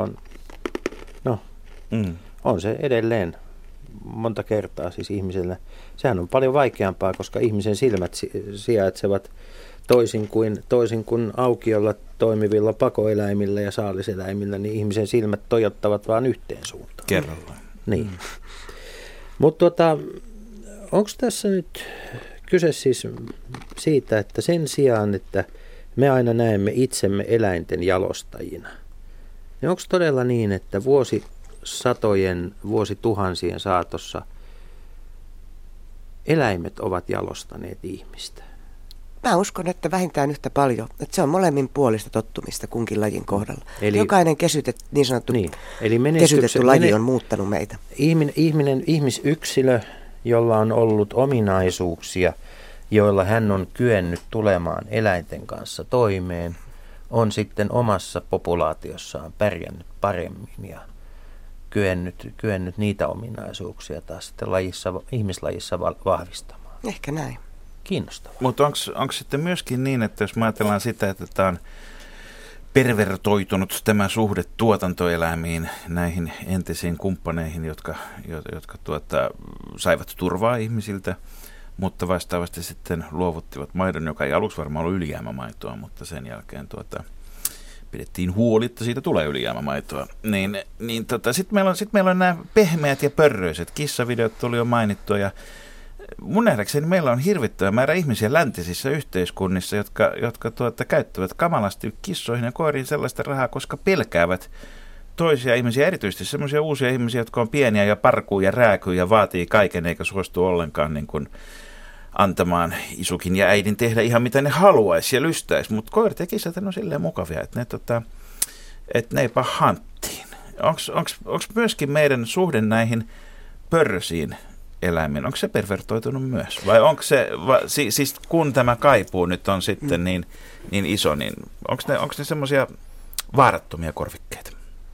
on se edelleen monta kertaa siis ihmisellä. Sehän on paljon vaikeampaa, koska ihmisen silmät sijaitsevat toisin kuin aukiolla toimivilla pakoeläimillä ja saaliseläimillä, niin ihmisen silmät tojottavat vain yhteen suuntaan. Kerrallaan. Niin. Mutta onko tässä nyt kyse siis siitä, että sen sijaan, että me aina näemme itsemme eläinten jalostajina, niin onko todella niin, että vuosisatojen, vuosituhansien saatossa eläimet ovat jalostaneet ihmistä? Mä uskon, että vähintään yhtä paljon. Että se on molemmin puolista tottumista kunkin lajin kohdalla. Eli, jokainen niin sanottu eli kesytetty laji on muuttanut meitä. Ihmisyksilö, jolla on ollut ominaisuuksia, joilla hän on kyennyt tulemaan eläinten kanssa toimeen, on sitten omassa populaatiossaan pärjännyt paremmin ja kyennyt niitä ominaisuuksia taas sitten ihmislajissa vahvistamaan. Ehkä näin. Kiinnostavaa. Mutta onko sitten myöskin niin, että jos me ajatellaan sitä, että tämä on pervertoitunut tämä suhde tuotantoeläimiin, näihin entisiin kumppaneihin, jotka saivat turvaa ihmisiltä, mutta vastaavasti sitten luovuttivat maidon, joka ei aluksi varmaan ollut ylijäämämaitoa, mutta sen jälkeen pidettiin huoli, että siitä tulee ylijäämämaitoa. Sitten meillä on nämä pehmeät ja pörröiset. Kissavideot tuli jo mainittua ja mun nähdäkseni meillä on hirvittävä määrä ihmisiä läntisissä yhteiskunnissa, jotka käyttävät kamalasti kissoihin ja koiriin sellaista rahaa, koska pelkäävät toisia ihmisiä, erityisesti sellaisia uusia ihmisiä, jotka on pieniä ja parkuu ja rääkyy ja vaatii kaiken eikä suostu ollenkaan niin kuin antamaan isukin ja äidin tehdä ihan mitä ne haluaisi ja lystäisi. Mutta koirat ja kissat on silleen mukavia, että ne ei paha hanttiin. Onko myöskin meidän suhde näihin pörsiin eläimiin, onko se pervertoitunut myös? Vai onko se, siis kun tämä kaipuu nyt on sitten niin iso, niin onko ne semmoisia vaarattomia korvikkeita?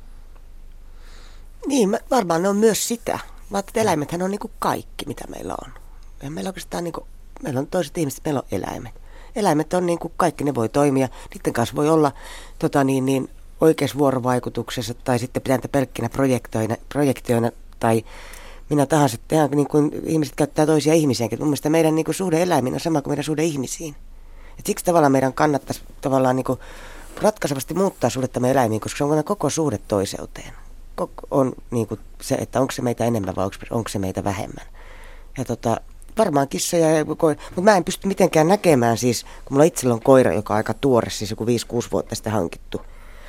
Niin, varmaan ne on myös sitä. Että eläimethän on niin kuin kaikki, mitä meillä on. Ja meillä oikeastaan niin kuin, meillä on toiset ihmiset, meillä on eläimet. Eläimet on niin kuin kaikki, ne voi toimia. Niiden kanssa voi olla oikeassa vuorovaikutuksessa tai sitten pitää pelkkinä projektioina tai minä tahansa tehdään, niin kuin ihmiset käyttää toisia ihmisiäkin. Mun mielestä meidän niin kuin suhde eläimiin on sama kuin meidän suhde ihmisiin. Et siksi tavallaan meidän kannattaisi tavallaan niin kuin ratkaisevasti muuttaa suhdettamme eläimiin, koska se on koko suhde toiseuteen. On niin kuin se, että onko se meitä enemmän vai onko se meitä vähemmän. Ja varmaan kissoja, mutta mä en pysty mitenkään näkemään siis, kun mulla itsellä on koira, joka on aika tuore, siis joku 5-6 vuotta sitten hankittu.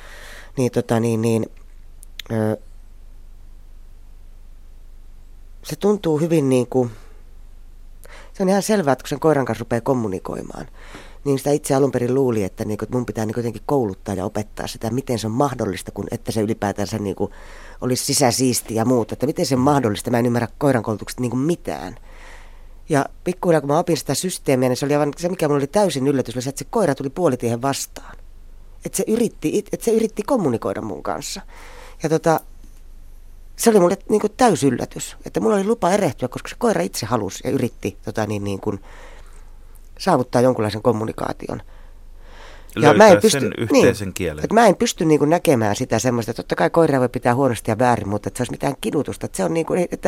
Se tuntuu hyvin niin kuin, se on ihan selvää, että kun sen koiran kanssa rupeaa kommunikoimaan, niin sitä itse alun perin luuli, että mun pitää jotenkin kouluttaa ja opettaa sitä, miten se on mahdollista, että se ylipäätänsä olisi sisäsiisti ja muuta. Että miten se on mahdollista, mä en ymmärrä koiran koulutuksesta mitään. Ja pikkuhiljaa kun mä opin sitä systeemiä, niin se oli aivan se, mikä mulla oli täysin yllätys, oli se, että se koira tuli puolitiehen vastaan. Että se yritti kommunikoida mun kanssa. Ja se oli mulle täysi yllätys, että mulla oli lupa erehtyä, koska se koira itse halusi ja yritti saavuttaa jonkunlaisen kommunikaation. Löytää sen yhteisen kielen. Että mä en pysty näkemään sitä semmoista, että totta kai koiraa voi pitää huonosti ja väärin, mutta että se olisi mitään kidutusta. Että se on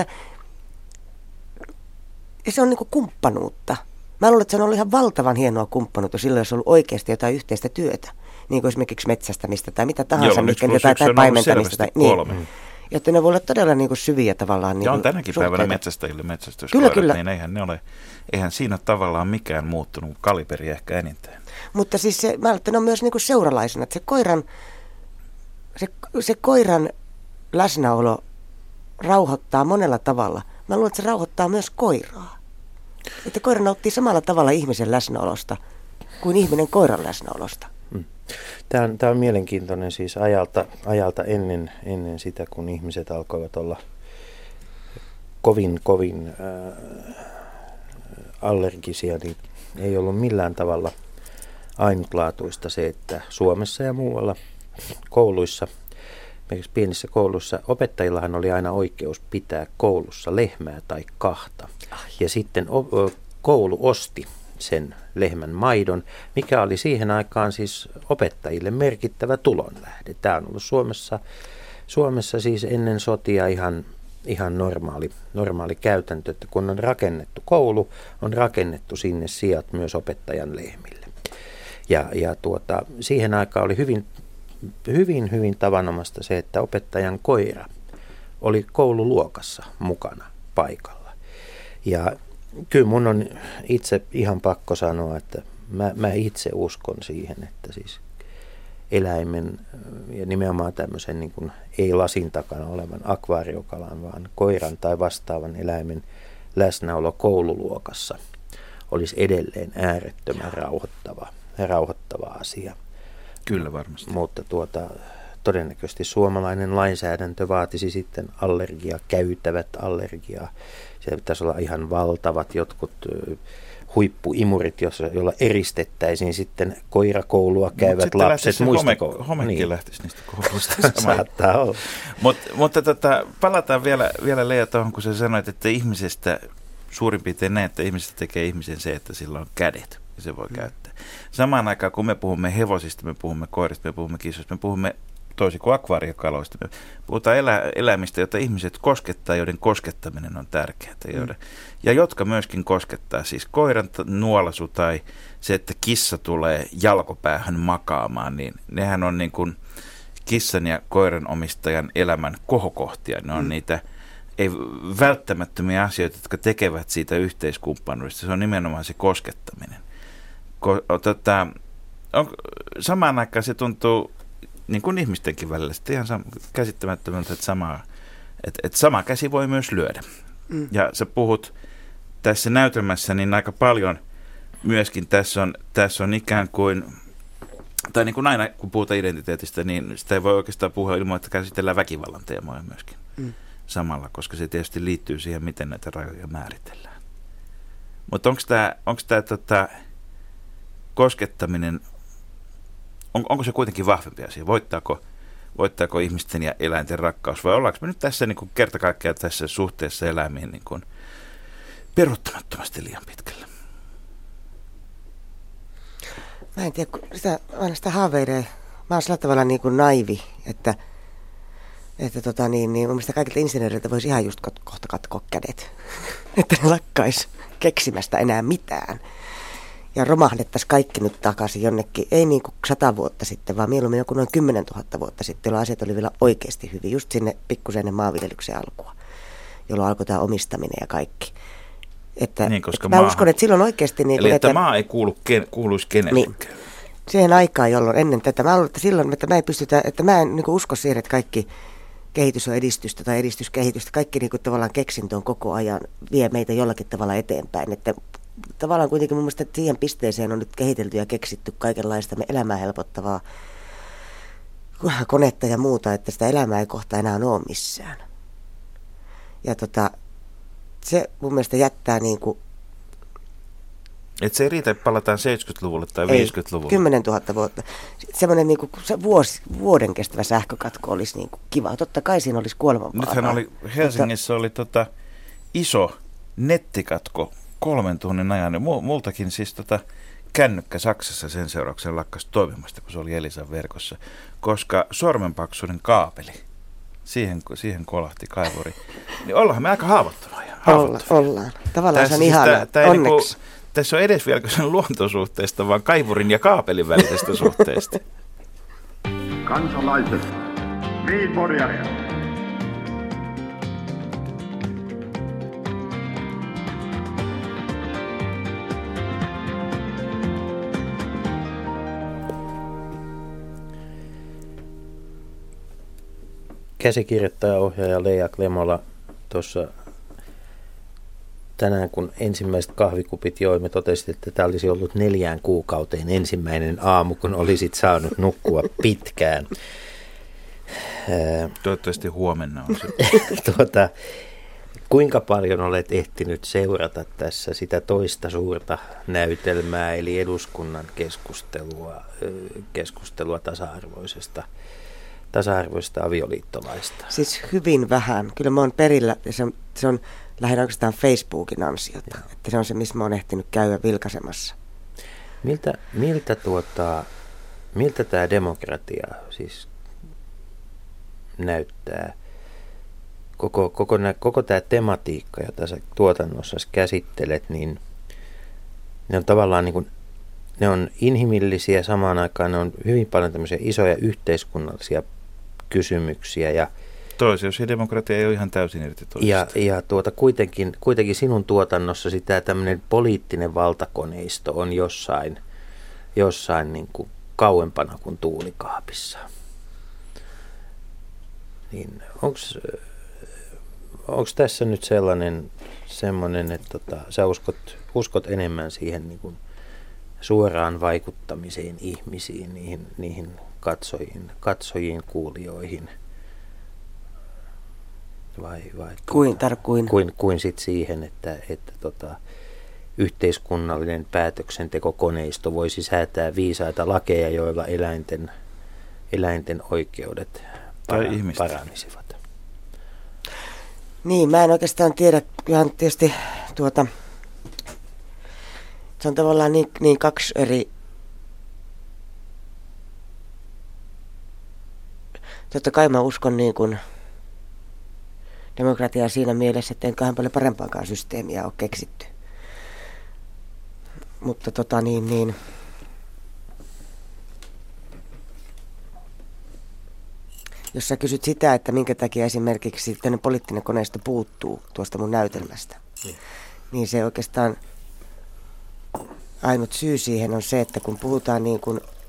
se on kumppanuutta. Mä luulen, että se on ollut ihan valtavan hienoa kumppanuutta silloin, jos on ollut oikeasti jotain yhteistä työtä. Niin kuin esimerkiksi metsästämistä tai mitä tahansa, tai paimentamista. Tai, niin. Jotta ne voi olla todella syviä tavallaan. Ja on tänäkin päivänä metsästäjille metsästyskoirat, kyllä. Niin eihän siinä tavallaan mikään muuttunut, kaliberi ehkä enintään. Mutta siis mä luulen, että ne on myös seuralaisena, että se koiran läsnäolo rauhoittaa monella tavalla. Mä luulen, että se rauhoittaa myös koiraa. Että koira nauttii samalla tavalla ihmisen läsnäolosta kuin ihminen koiran läsnäolosta. Tämä on mielenkiintoinen siis ajalta ennen sitä, kun ihmiset alkoivat olla kovin allergisia, niin ei ollut millään tavalla ainutlaatuista se, että Suomessa ja muualla kouluissa, esimerkiksi pienissä kouluissa, opettajillahan oli aina oikeus pitää koulussa lehmää tai kahta. Ja sitten koulu osti sen lehmän maidon, mikä oli siihen aikaan siis opettajille merkittävä tulonlähde. Tämä on ollut Suomessa siis ennen sotia ihan normaali käytäntö, että kun on rakennettu koulu, on rakennettu sinne sijat myös opettajan lehmille. Ja siihen aikaan oli hyvin tavanomaista se, että opettajan koira oli koululuokassa mukana paikalla. Ja kyllä mun on itse ihan pakko sanoa, että mä itse uskon siihen, että siis eläimen ja nimenomaan tämmöisen niin kuin ei lasin takana olevan akvaariokalan, vaan koiran tai vastaavan eläimen läsnäolo koululuokassa olisi edelleen äärettömän rauhoittava asia. Kyllä varmasti. Mutta todennäköisesti suomalainen lainsäädäntö vaatisi sitten käytävät allergiaa. Siellä pitäisi olla ihan valtavat jotkut huippuimurit, joilla eristettäisiin sitten koirakoulua käyvät lapset muista kouluista. Homekin niin. lähtisi niistä kouluista. Saattaa olla. Mutta palataan vielä Leija tuohon, kun sä sanoit, että ihmisestä suurin piirtein näin, että ihmisestä tekee ihmisen se, että sillä on kädet ja se voi käyttää. Samaan aikaan, kun me puhumme hevosista, me puhumme koirista, me puhumme kissoista, me puhumme toisin kuin akvaariokaloista. Me puhutaan eläimistä, joita ihmiset koskettaa, joiden koskettaminen on tärkeää. Ja jotka myöskin koskettaa, siis koiran nuolasu tai se, että kissa tulee jalkopäähän makaamaan, niin nehän on niin kuin kissan ja koiran omistajan elämän kohokohtia. Ne on niitä ei välttämättömiä asioita, jotka tekevät siitä yhteiskumppanuudesta. Se on nimenomaan se koskettaminen. Samaan aikaan se tuntuu niin kuin ihmistenkin välillä sitten ihan käsittämättömältä, että sama käsi voi myös lyödä. Ja sä puhut tässä näytelmässä niin aika paljon myöskin tässä on ikään kuin, tai niin kuin aina kun puhutaan identiteetistä, niin sitä ei voi oikeastaan puhua ilman, että käsitellään väkivallan teemoja myöskin samalla, koska se tietysti liittyy siihen, miten näitä rajoja määritellään. Mutta onko tämä koskettaminen, onko se kuitenkin vahvempi asia? Voittaako ihmisten ja eläinten rakkaus? Vai ollaanko me nyt tässä niin kuin kerta kaikkiaan tässä suhteessa eläimiin niin kuin peruuttamattomasti liian pitkällä? Mä en tiedä, kun sitä haaveilee. Mä oon sillä tavalla niin kuin naivi, että mun mielestä kaikilta insinööreiltä voisi ihan just kohta katkoa kädet. Että ne lakkais keksimästä enää mitään. Ja romahdettaisiin kaikki nyt takaisin jonnekin, ei niin kuin 100 vuotta sitten, vaan mieluummin joku noin 10 000 vuotta sitten, jolloin asiat oli vielä oikeasti hyvin, just sinne pikkusen maanviljelyksen alkua, jolloin alkoi tämä omistaminen ja kaikki. Että mä uskon, että silloin oikeasti... Eli että maa ei kuuluisi kenellekään. Niin. Siihen aikaan, jolloin ennen tätä, mä luulen, että silloin, että mä en niin kuin usko siihen, että kaikki kehitys on edistystä tai edistyskehitystä, kaikki niin kuin tavallaan keksintö on koko ajan, vie meitä jollakin tavalla eteenpäin, että tavallaan kuitenkin mun mielestä siihen pisteeseen on nyt kehitelty ja keksitty kaikenlaista elämää helpottavaa konetta ja muuta, että sitä elämää ei kohta enää ole missään. Ja se mun mielestä jättää niin kuin... Että se ei riitä, että palataan 70-luvulle tai 50-luvulle. 10 000 vuotta. Semmoinen niin kuin vuoden kestävä sähkökatko olisi niin kuin kiva. Totta kai siinä olisi kuolemanvaara. Nythän Helsingissä oli iso nettikatko 3 tunnin ajan. Multakin siis kännykkä Saksassa sen seurauksena lakkasi toimimasta, kun se oli Elisan verkossa, koska sormenpaksuinen kaapeli, siihen kolahti kaivuri. Niin ollaan me aika haavoittuvia. Ollaan. Tavallaan se on ihanaa, onneksi. Tässä on edes vielä sen luontosuhteesta, vaan kaivurin ja kaapelin välisestä suhteesta. Kansalaiset, Viinporjaria. Käsikirjoittaja ohjaaja Leija Klemola tuossa tänään, kun ensimmäiset kahvikupit joimme, totesit, että tämä olisi ollut 4 kuukauteen ensimmäinen aamu, kun olisit saanut nukkua pitkään. Toivottavasti huomenna on se. Kuinka paljon olet ehtinyt seurata tässä sitä toista suurta näytelmää, eli eduskunnan keskustelua tasa-arvoisesta avioliittolaista? Siis hyvin vähän. Kyllä mä oon perillä, se on lähinnä oikeastaan Facebookin ansiota. Että se on se, missä mä oon ehtinyt käydä vilkaisemassa. Miltä tämä demokratia siis näyttää? Koko tämä tematiikka, jota sä tuotannossa käsittelet, niin ne on tavallaan niin kuin, ne on inhimillisiä, samaan aikaan ne on hyvin paljon tämmöisiä isoja yhteiskunnallisia kysymyksiä. Ja toisiossa demokratia ei ole ihan täysin irti toisesta. Ja kuitenkin sinun tuotannossasi tämä tämmöinen poliittinen valtakoneisto on jossain niin kuin kauempana kuin tuulikaapissa. Niin onko tässä nyt semmoinen, että sä uskot enemmän siihen niin kuin suoraan vaikuttamiseen ihmisiin, niihin katsojiin, kuulijoihin, vai kuin sit siihen, että yhteiskunnallinen päätöksentekokoneisto voisi säätää viisaita lakeja, joilla eläinten oikeudet paranisivat. Niin, mä en oikeastaan tiedä, ihan tietysti se on tavallaan niin kaksi eri, totta kai mä uskon niin kuin demokratiaa siinä mielessä, että enköhän paljon parempaakaan systeemiä ole keksitty. Mutta jos sä kysyt sitä, että minkä takia esimerkiksi tämmöinen poliittinen koneisto puuttuu tuosta mun näytelmästä, niin se oikeastaan ainut syy siihen on se, että kun puhutaan niin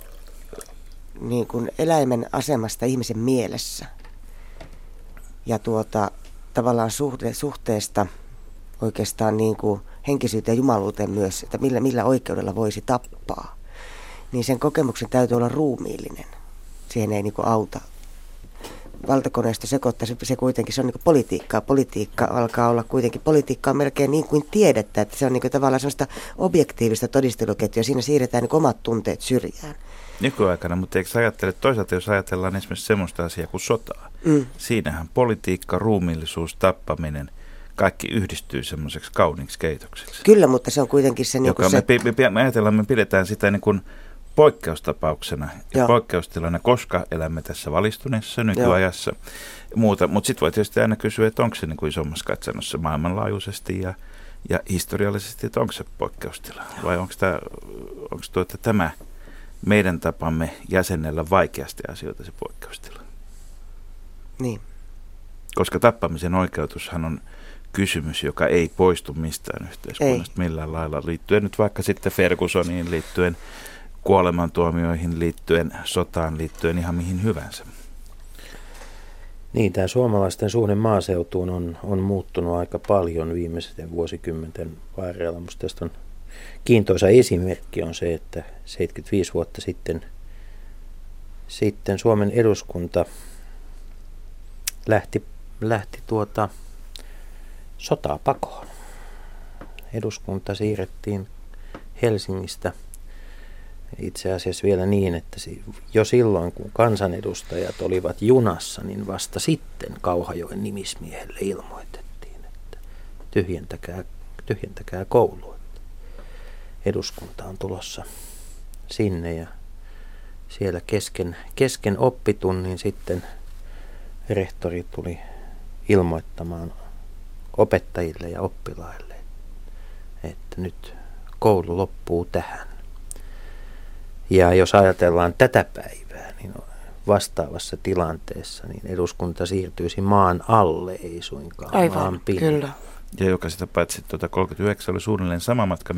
kuin eläimen asemasta ihmisen mielessä ja tavallaan suhteesta oikeastaan niin kuin henkisyyteen ja jumaluuteen myös, että millä oikeudella voisi tappaa, niin sen kokemuksen täytyy olla ruumiillinen. Siihen ei niin kuin auta valtakoneisto sekoittaa, se kuitenkin se on niin kuin politiikkaa. Politiikka alkaa olla kuitenkin, politiikka on melkein niin kuin tiedettä, että se on niin kuin tavallaan sellaista objektiivista todisteluketjua, siinä siirretään niin kuin omat tunteet syrjään. Nykyaikana, mutta eikö ajattele, toisaalta jos ajatellaan esimerkiksi semmoista asiaa kuin sotaa, siinähän politiikka, ruumiillisuus, tappaminen, kaikki yhdistyy semmoiseksi kauniiksi keitokseksi. Kyllä, mutta se on kuitenkin se... Niin kuin me pidetään sitä niin kuin poikkeustapauksena ja poikkeustilana, koska elämme tässä valistuneessa nykyajassa muuta. Mutta sitten voi tietysti aina kysyä, että onko se niin kuin isommassa katsannossa maailmanlaajuisesti ja historiallisesti, että onko se poikkeustila vai onko tämä meidän tapamme jäsennellä vaikeasti asioita se poikkeustila. Niin. Koska tappamisen oikeutushan on kysymys, joka ei poistu mistään yhteiskunnasta millään lailla, liittyen nyt vaikka sitten Fergusoniin, liittyen kuolemantuomioihin, liittyen sotaan, liittyen ihan mihin hyvänsä. Niin, tämä suomalaisten suhde maaseutuun on muuttunut aika paljon viimeisten vuosikymmenten varrella. Minusta tästä on kiintoisa esimerkki on se, että 75 vuotta sitten Suomen eduskunta lähti sotaa pakoon. Eduskunta siirrettiin Helsingistä itse asiassa vielä niin, että jo silloin kun kansanedustajat olivat junassa, niin vasta sitten Kauhajoen nimismiehelle ilmoitettiin, että tyhjentäkää koulu. Eduskunta on tulossa sinne ja siellä kesken oppitunnin sitten rehtori tuli ilmoittamaan opettajille ja oppilaille, että nyt koulu loppuu tähän. Ja jos ajatellaan tätä päivää, niin vastaavassa tilanteessa niin eduskunta siirtyisi maan alle, ei suinkaan maan pinnalle. Kyllä. Ja joka sitä paitsi 39 oli suunnilleen sama matka,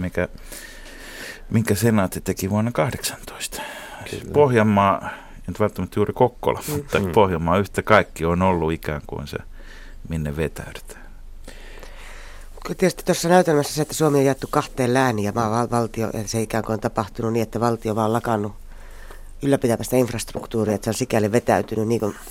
minkä senaatti teki vuonna 18. Pohjanmaa, en välttämättä juuri Kokkola, mutta Pohjanmaa yhtä kaikki on ollut ikään kuin se, minne vetäydytään. Tietysti tuossa näytelmässä se, että Suomi on jaettu 2 lääniin ja valtio, ja se ikään kuin on tapahtunut niin, että valtio vaan lakannut ylläpitämästä infrastruktuuria, että se on sikäli vetäytynyt niin kuin.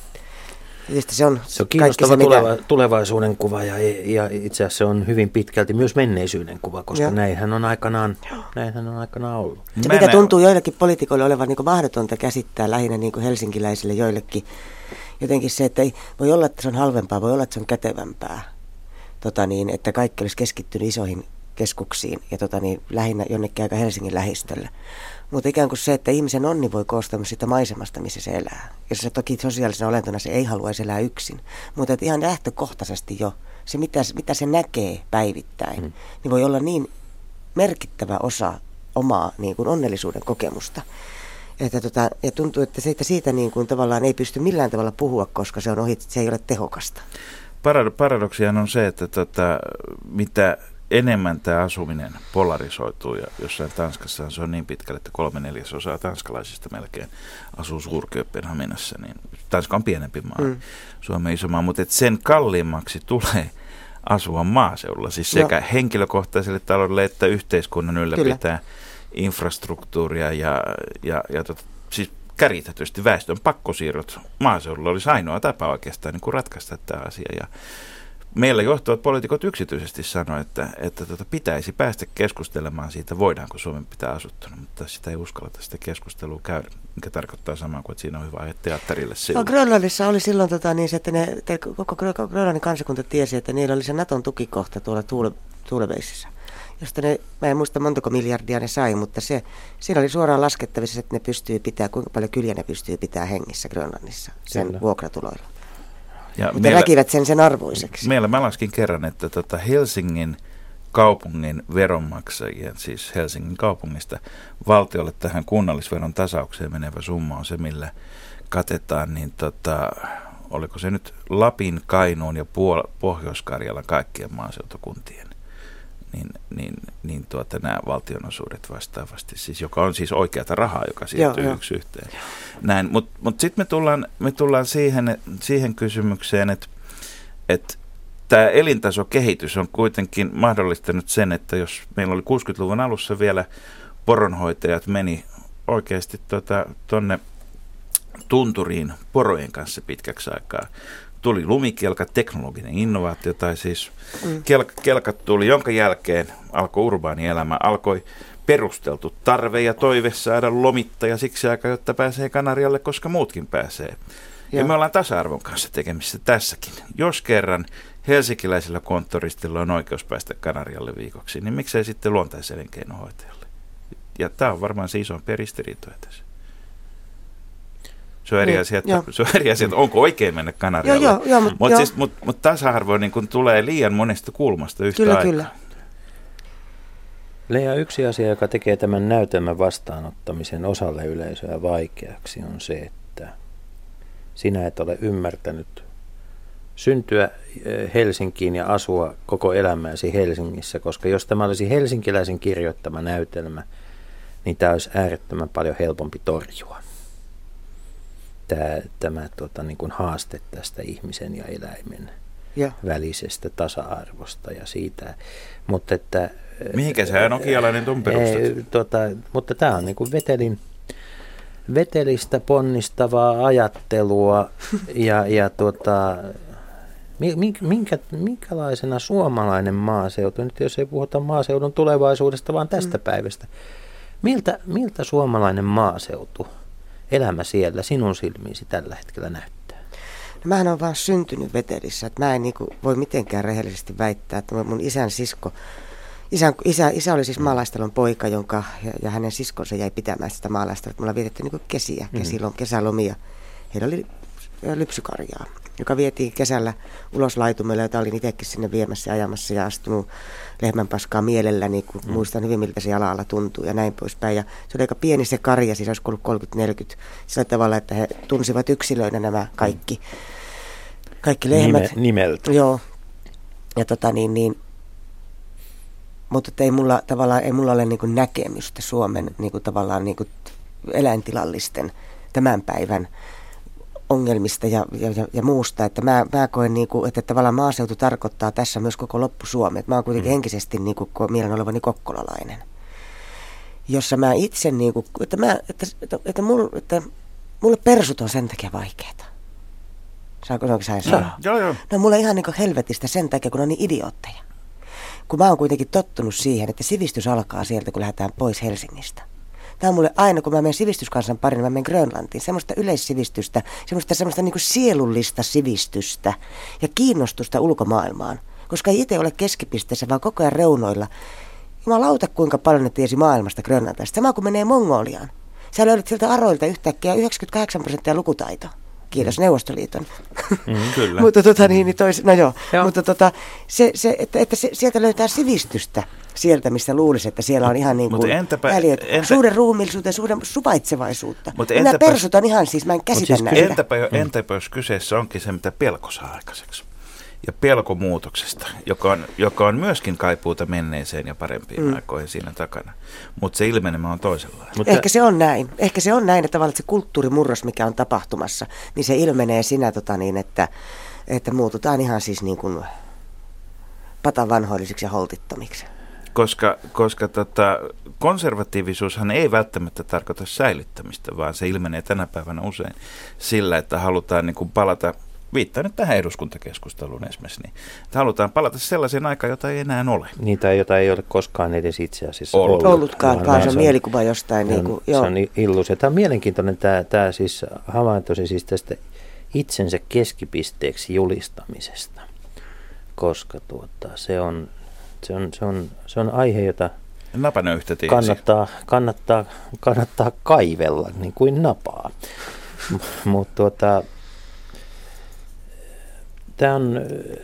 Se on kiinnostava tulevaisuuden kuva ja itse asiassa se on hyvin pitkälti myös menneisyyden kuva, koska näinhän on aikanaan ollut. Se mikä tuntuu joillekin poliitikoille olevan niin kuin mahdotonta käsittää lähinnä niin kuin helsinkiläisille joillekin. Jotenkin se, että ei, voi olla, että se on halvempaa, voi olla, että se on kätevämpää. Että kaikki olisi keskittynyt isoihin keskuksiin ja lähinnä jonnekin aika Helsingin lähistöllä. Mutta ikään kuin se, että ihmisen onni voi koostua myös siitä maisemasta, missä se elää. Ja se toki sosiaalisena olentona se ei haluaisi elää yksin. Mutta ihan lähtökohtaisesti jo se, mitä se näkee päivittäin, niin voi olla niin merkittävä osa omaa niin kuin onnellisuuden kokemusta. Ja tuntuu, että siitä niin kuin tavallaan ei pysty millään tavalla puhua, koska se ei ole tehokasta. Paradoksiahan on se, että mitä enemmän tämä asuminen polarisoituu, ja jossain Tanskassa se on niin pitkälle, että 3/4 tanskalaisista melkein asuu Suur-Kööpenhaminassa, niin Tanska on pienempi maa, Suomen iso maa, mutta sen kalliimmaksi tulee asua maaseudulla, siis sekä henkilökohtaiselle taloudelle että yhteiskunnan ylläpitää infrastruktuuria siis kärjistetysti väestön pakkosiirrot maaseudulla olisi ainoa tapa oikeastaan niin kuin ratkaista tämä asia. Ja meillä johtavat poliitikot yksityisesti sanoivat, että pitäisi päästä keskustelemaan siitä, voidaanko Suomen pitää asuttuna, mutta sitä ei uskalleta sitä keskustelua käydä, mikä tarkoittaa samaa kuin, että siinä on hyvä aihe teatterille silloin. Grönlannissa oli silloin että koko Grönlannin kansakunta tiesi, että niillä oli se Naton tukikohta tuolla Tuuleveisissä, josta mä en muista montako miljardia ne sai, mutta siinä oli suoraan laskettavissa, että ne pystyy pitää, kuinka paljon kyliä ne pystyy pitää hengissä Grönlannissa sen vuokratuloilla. Mutta näkivät sen arvoiseksi. Mä laskin kerran, että Helsingin kaupungin veronmaksajien, siis Helsingin kaupungista valtiolle tähän kunnallisveron tasaukseen menevä summa on se, millä katetaan, niin oliko se nyt Lapin, Kainuun ja Pohjois-Karjalan kaikkien maaseutukuntien, niin nämä valtionosuudet vastaavasti, siis, joka on siis oikeata rahaa, joka siirtyy yksi yhteen. Näin, mutta sitten me tullaan siihen kysymykseen, että tämä elintasokehitys on kuitenkin mahdollistanut sen, että jos meillä oli 60-luvun alussa vielä poronhoitajat meni oikeasti tuonne tunturiin porojen kanssa pitkäksi aikaa. Tuli lumikelka, teknologinen innovaatio, tai siis kelkat tuli, jonka jälkeen alkoi urbaani elämä, alkoi perusteltu tarve ja toive saada lomittaja siksi aikaa, jotta pääsee Kanarialle, koska muutkin pääsee. Ja me ollaan tasa-arvon kanssa tekemisissä tässäkin. Jos kerran helsinkiläisillä konttoristilla on oikeus päästä Kanarialle viikoksi, niin miksei sitten luontaiselinkeinohoitajalle? Ja tämä on varmaan se isompi ristiriitoja tässä. Se on eri asia, että onko oikein mennä Kanarialle. Mutta tasa-arvo niin kun tulee liian monesta kulmasta yhtä aikaa. Kyllä. Lea, yksi asia, joka tekee tämän näytelmän vastaanottamisen osalle yleisöä vaikeaksi, on se, että sinä et ole ymmärtänyt syntyä Helsinkiin ja asua koko elämääsi Helsingissä, koska jos tämä olisi helsinkiläisen kirjoittama näytelmä, niin tämä olisi äärettömän paljon helpompi torjua. Tämä niin kuin haaste tästä ihmisen ja eläimen välisestä tasa-arvosta ja siitä, mutta että mihinkä se nokialainen tuon perustat? Mutta tämä on niin kuin vetelistä ponnistavaa ajattelua ja minkälaisena suomalainen maaseutu, nyt jos ei puhuta maaseudun tulevaisuudesta, vaan tästä päivästä, miltä suomalainen maaseutu, elämä siellä sinun silmiisi tällä hetkellä näyttää? No, mähän olen vaan syntynyt Vetelissä, että mä en voi mitenkään rehellisesti väittää, että mun isä oli siis maalaistalon poika, ja hänen siskonsa jäi pitämään sitä maalaistalot. Mulla vietetty kesälomia. Heillä oli lypsykarjaa, joka vietiin kesällä ulos laitumelle, jota olin itsekin sinne viemässä ja ajamassa ja astunut lehmänpaskaa mielellä, niin kun muistan hyvin, miltä se jala-alla tuntuu ja näin poispäin. Ja se oli aika pieni se karja, siis olisi ollut 30-40, sillä tavalla, että he tunsivat yksilöinä nämä kaikki lehmät. Nimeltä. Joo. Ja mutta ei mulla ole niin kuin näkemystä Suomen niin kuin tavallaan niin kuin eläintilallisten tämän päivän ongelmista ja muusta. Että mä koen, niin kuin, että tavallaan maaseutu tarkoittaa tässä myös koko loppu-Suomea. Mä oon kuitenkin henkisesti niin kuin mielen olevani kokkolalainen, jossa mä itse, niin kuin, että mulle persut on sen takia vaikeita. Saanko sanoa? Joo. No mulle ihan niin kuin helvetistä sen takia, kun on niin idiootteja. Kun mä oon kuitenkin tottunut siihen, että sivistys alkaa sieltä, kun lähdetään pois Helsingistä. Tämä on mulle aina, kun mä menen sivistyskansan parin, mä menen Grönlantiin, semmoista yleissivistystä, semmoista niin kuin sielullista sivistystä ja kiinnostusta ulkomaailmaan. Koska ei itse ole keskipisteessä, vaan koko ajan reunoilla. Jumalauta, kuinka paljon ne tiesi maailmasta Grönlantista. Sama kuin menee Mongoliaan. Sä löydät sieltä aroilta yhtäkkiä 98% lukutaito. Kiitos Neuvostoliiton. Kyllä. Mutta Mutta että sieltä löytää sivistystä sieltä, missä luulisi, että siellä on ihan niin kuin suuren ruumiillisuutta ja suuren suvaitsevaisuutta. Nämä persut on ihan siis, mä en käsitä näitä. Entäpä jos kyseessä onkin se, mitä pelko saa aikaiseksi? ja pelko muutoksesta, joka on myöskin kaipuuta menneeseen ja parempiin aikoihin siinä takana. Mutta se ilmenemä on toisenlainen. Ehkä se on näin. Ehkä se on näin, että tavallaan se kulttuurimurros, mikä on tapahtumassa, niin se ilmenee siinä, että muututaan ihan siis niin kuin patavanhoillisiksi ja holtittomiksi. Koska konservatiivisuushan ei välttämättä tarkoita säilyttämistä, vaan se ilmenee tänä päivänä usein sillä, että halutaan niin kuin palata, viittaan nyt tähän eduskuntakeskusteluun esimerkiksi, niin, että halutaan palata sellaiseen aikaan, jota ei enää ole. Niitä, jota ei ole koskaan edes itse asiassa ollutkaan, vaan se on mielikuva jostain. Se on illuusio. Tämä on mielenkiintoinen tämä siis havaintosi siis tästä itsensä keskipisteeksi julistamisesta, koska se on aihe, jota kannattaa kaivella niin kuin napaa. Mutta tämä on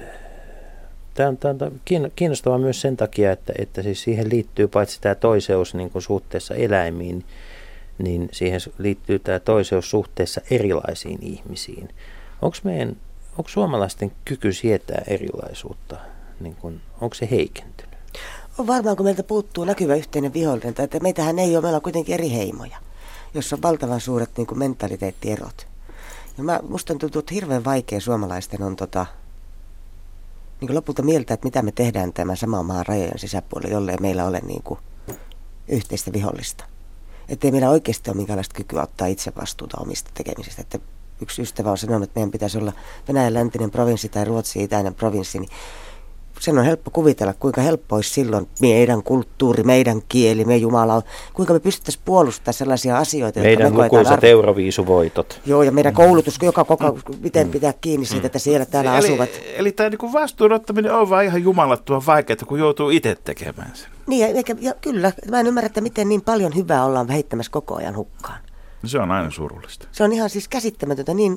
kiinnostavaa myös sen takia, että siis siihen liittyy paitsi tämä toiseus niin kuin suhteessa eläimiin, niin siihen liittyy tämä toiseus suhteessa erilaisiin ihmisiin. Onko suomalaisten kyky sietää erilaisuutta, niin kuin, onko se heikentynyt? On varmaan, kun meiltä puuttuu näkyvä yhteinen vihollinen, että meitähän ei ole, meillä on kuitenkin eri heimoja, jossa on valtavan suuret niin kuin mentaliteettierot. Ja musta tuntuu, että hirveän vaikea suomalaisten on niin kuin lopulta mieltä, että mitä me tehdään tämän saman maan rajojen sisäpuolella, jollei meillä ole niin kuin yhteistä vihollista. Että ei meillä oikeasti ole minkäänlaista kykyä ottaa itse vastuuta omista tekemisistä. Että yksi ystävä on sanonut, että meidän pitäisi olla Venäjän läntinen provinssi tai Ruotsin itäinen provinssi, niin sen on helppo kuvitella, kuinka helppo olisi silloin meidän kulttuuri, meidän kieli, meidän Jumala, kuinka me pystyttäisiin puolustamaan sellaisia asioita, meidän lukuisat euroviisuvoitot. Joo, ja meidän koulutus, miten pitää kiinni siitä, että siellä täällä asuvat. Eli tämä niin vastuunottaminen on vaan ihan jumalattua vaikeaa, kun joutuu itse tekemään sen. Niin, ja kyllä. Mä en ymmärrä, että miten niin paljon hyvää ollaan heittämässä koko ajan hukkaan. Se on aina surullista. Se on ihan siis käsittämätöntä. Niin,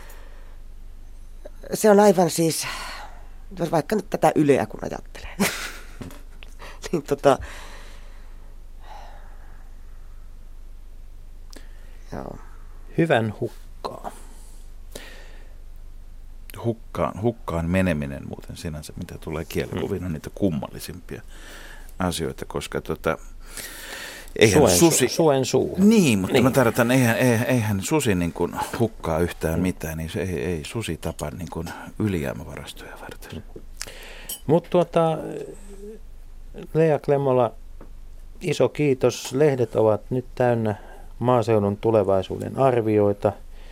se on aivan siis, vaikka nyt tätä Yleä kun ajattelee. niin joo. Hyvän hukkaa. Hukkaan meneminen muuten sinänsä, mitä tulee kielikuviin, on niitä kummallisimpia asioita, koska suen suu. Niin, mutta mä tarkoitan, eihän susi niin kuin hukkaa yhtään mitään, niin se ei susi tapa niin kuin ylijäämävarastoja varten. Mutta Lea Klemmola, iso kiitos. Lehdet ovat nyt täynnä maaseudun tulevaisuuden arvioita.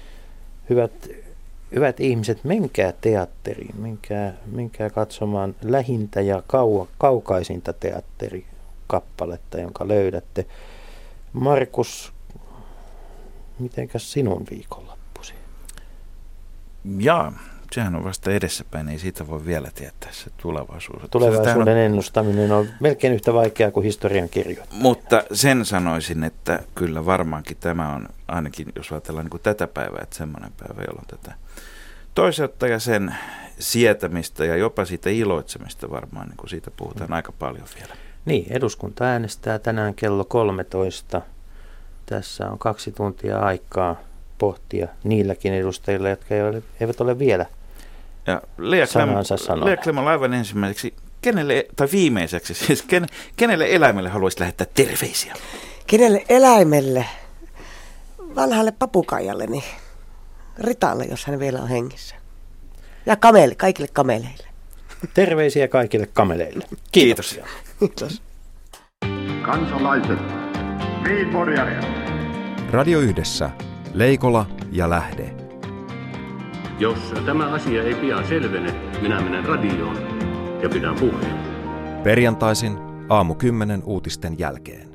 Hyvät ihmiset, menkää teatteriin, menkää katsomaan lähintä ja kaukaisinta teatterikappaletta, jonka löydätte. Markus, mitenkäs sinun viikonloppusi? Jaa, sehän on vasta edessäpäin, ei siitä voi vielä tietää se tulevaisuus. Tulevaisuuden ennustaminen on melkein yhtä vaikeaa kuin historian kirjoittaminen. Mutta sen sanoisin, että kyllä varmaankin tämä on, ainakin jos ajatellaan niin kuin tätä päivää, että semmoinen päivä, jolloin tätä toiseutta ja sen sietämistä ja jopa siitä iloitsemista varmaan, niin kuin siitä puhutaan aika paljon vielä. Niin, eduskunta äänestää tänään kello 13. Tässä on 2 tuntia aikaa pohtia niilläkin edustajilla, jotka eivät ole vielä sanansa sanoneet. Lea Klemmola aivan ensimmäiseksi, viimeiseksi, siis kenelle eläimelle haluaisit lähettää terveisiä? Kenelle eläimelle? Vanhalle papukaijalle, niin Ritalle, jos hän vielä on hengissä. Ja kaikille kameleille. Terveisiä kaikille kameleille. Kiitos. Kiitos. Kansalaiset, Radio Yhdessä, Leikola ja Lähde. Jos tämä asia ei pian selvene, minä menen radioon ja pidän puheen. Perjantaisin 10:00 uutisten jälkeen.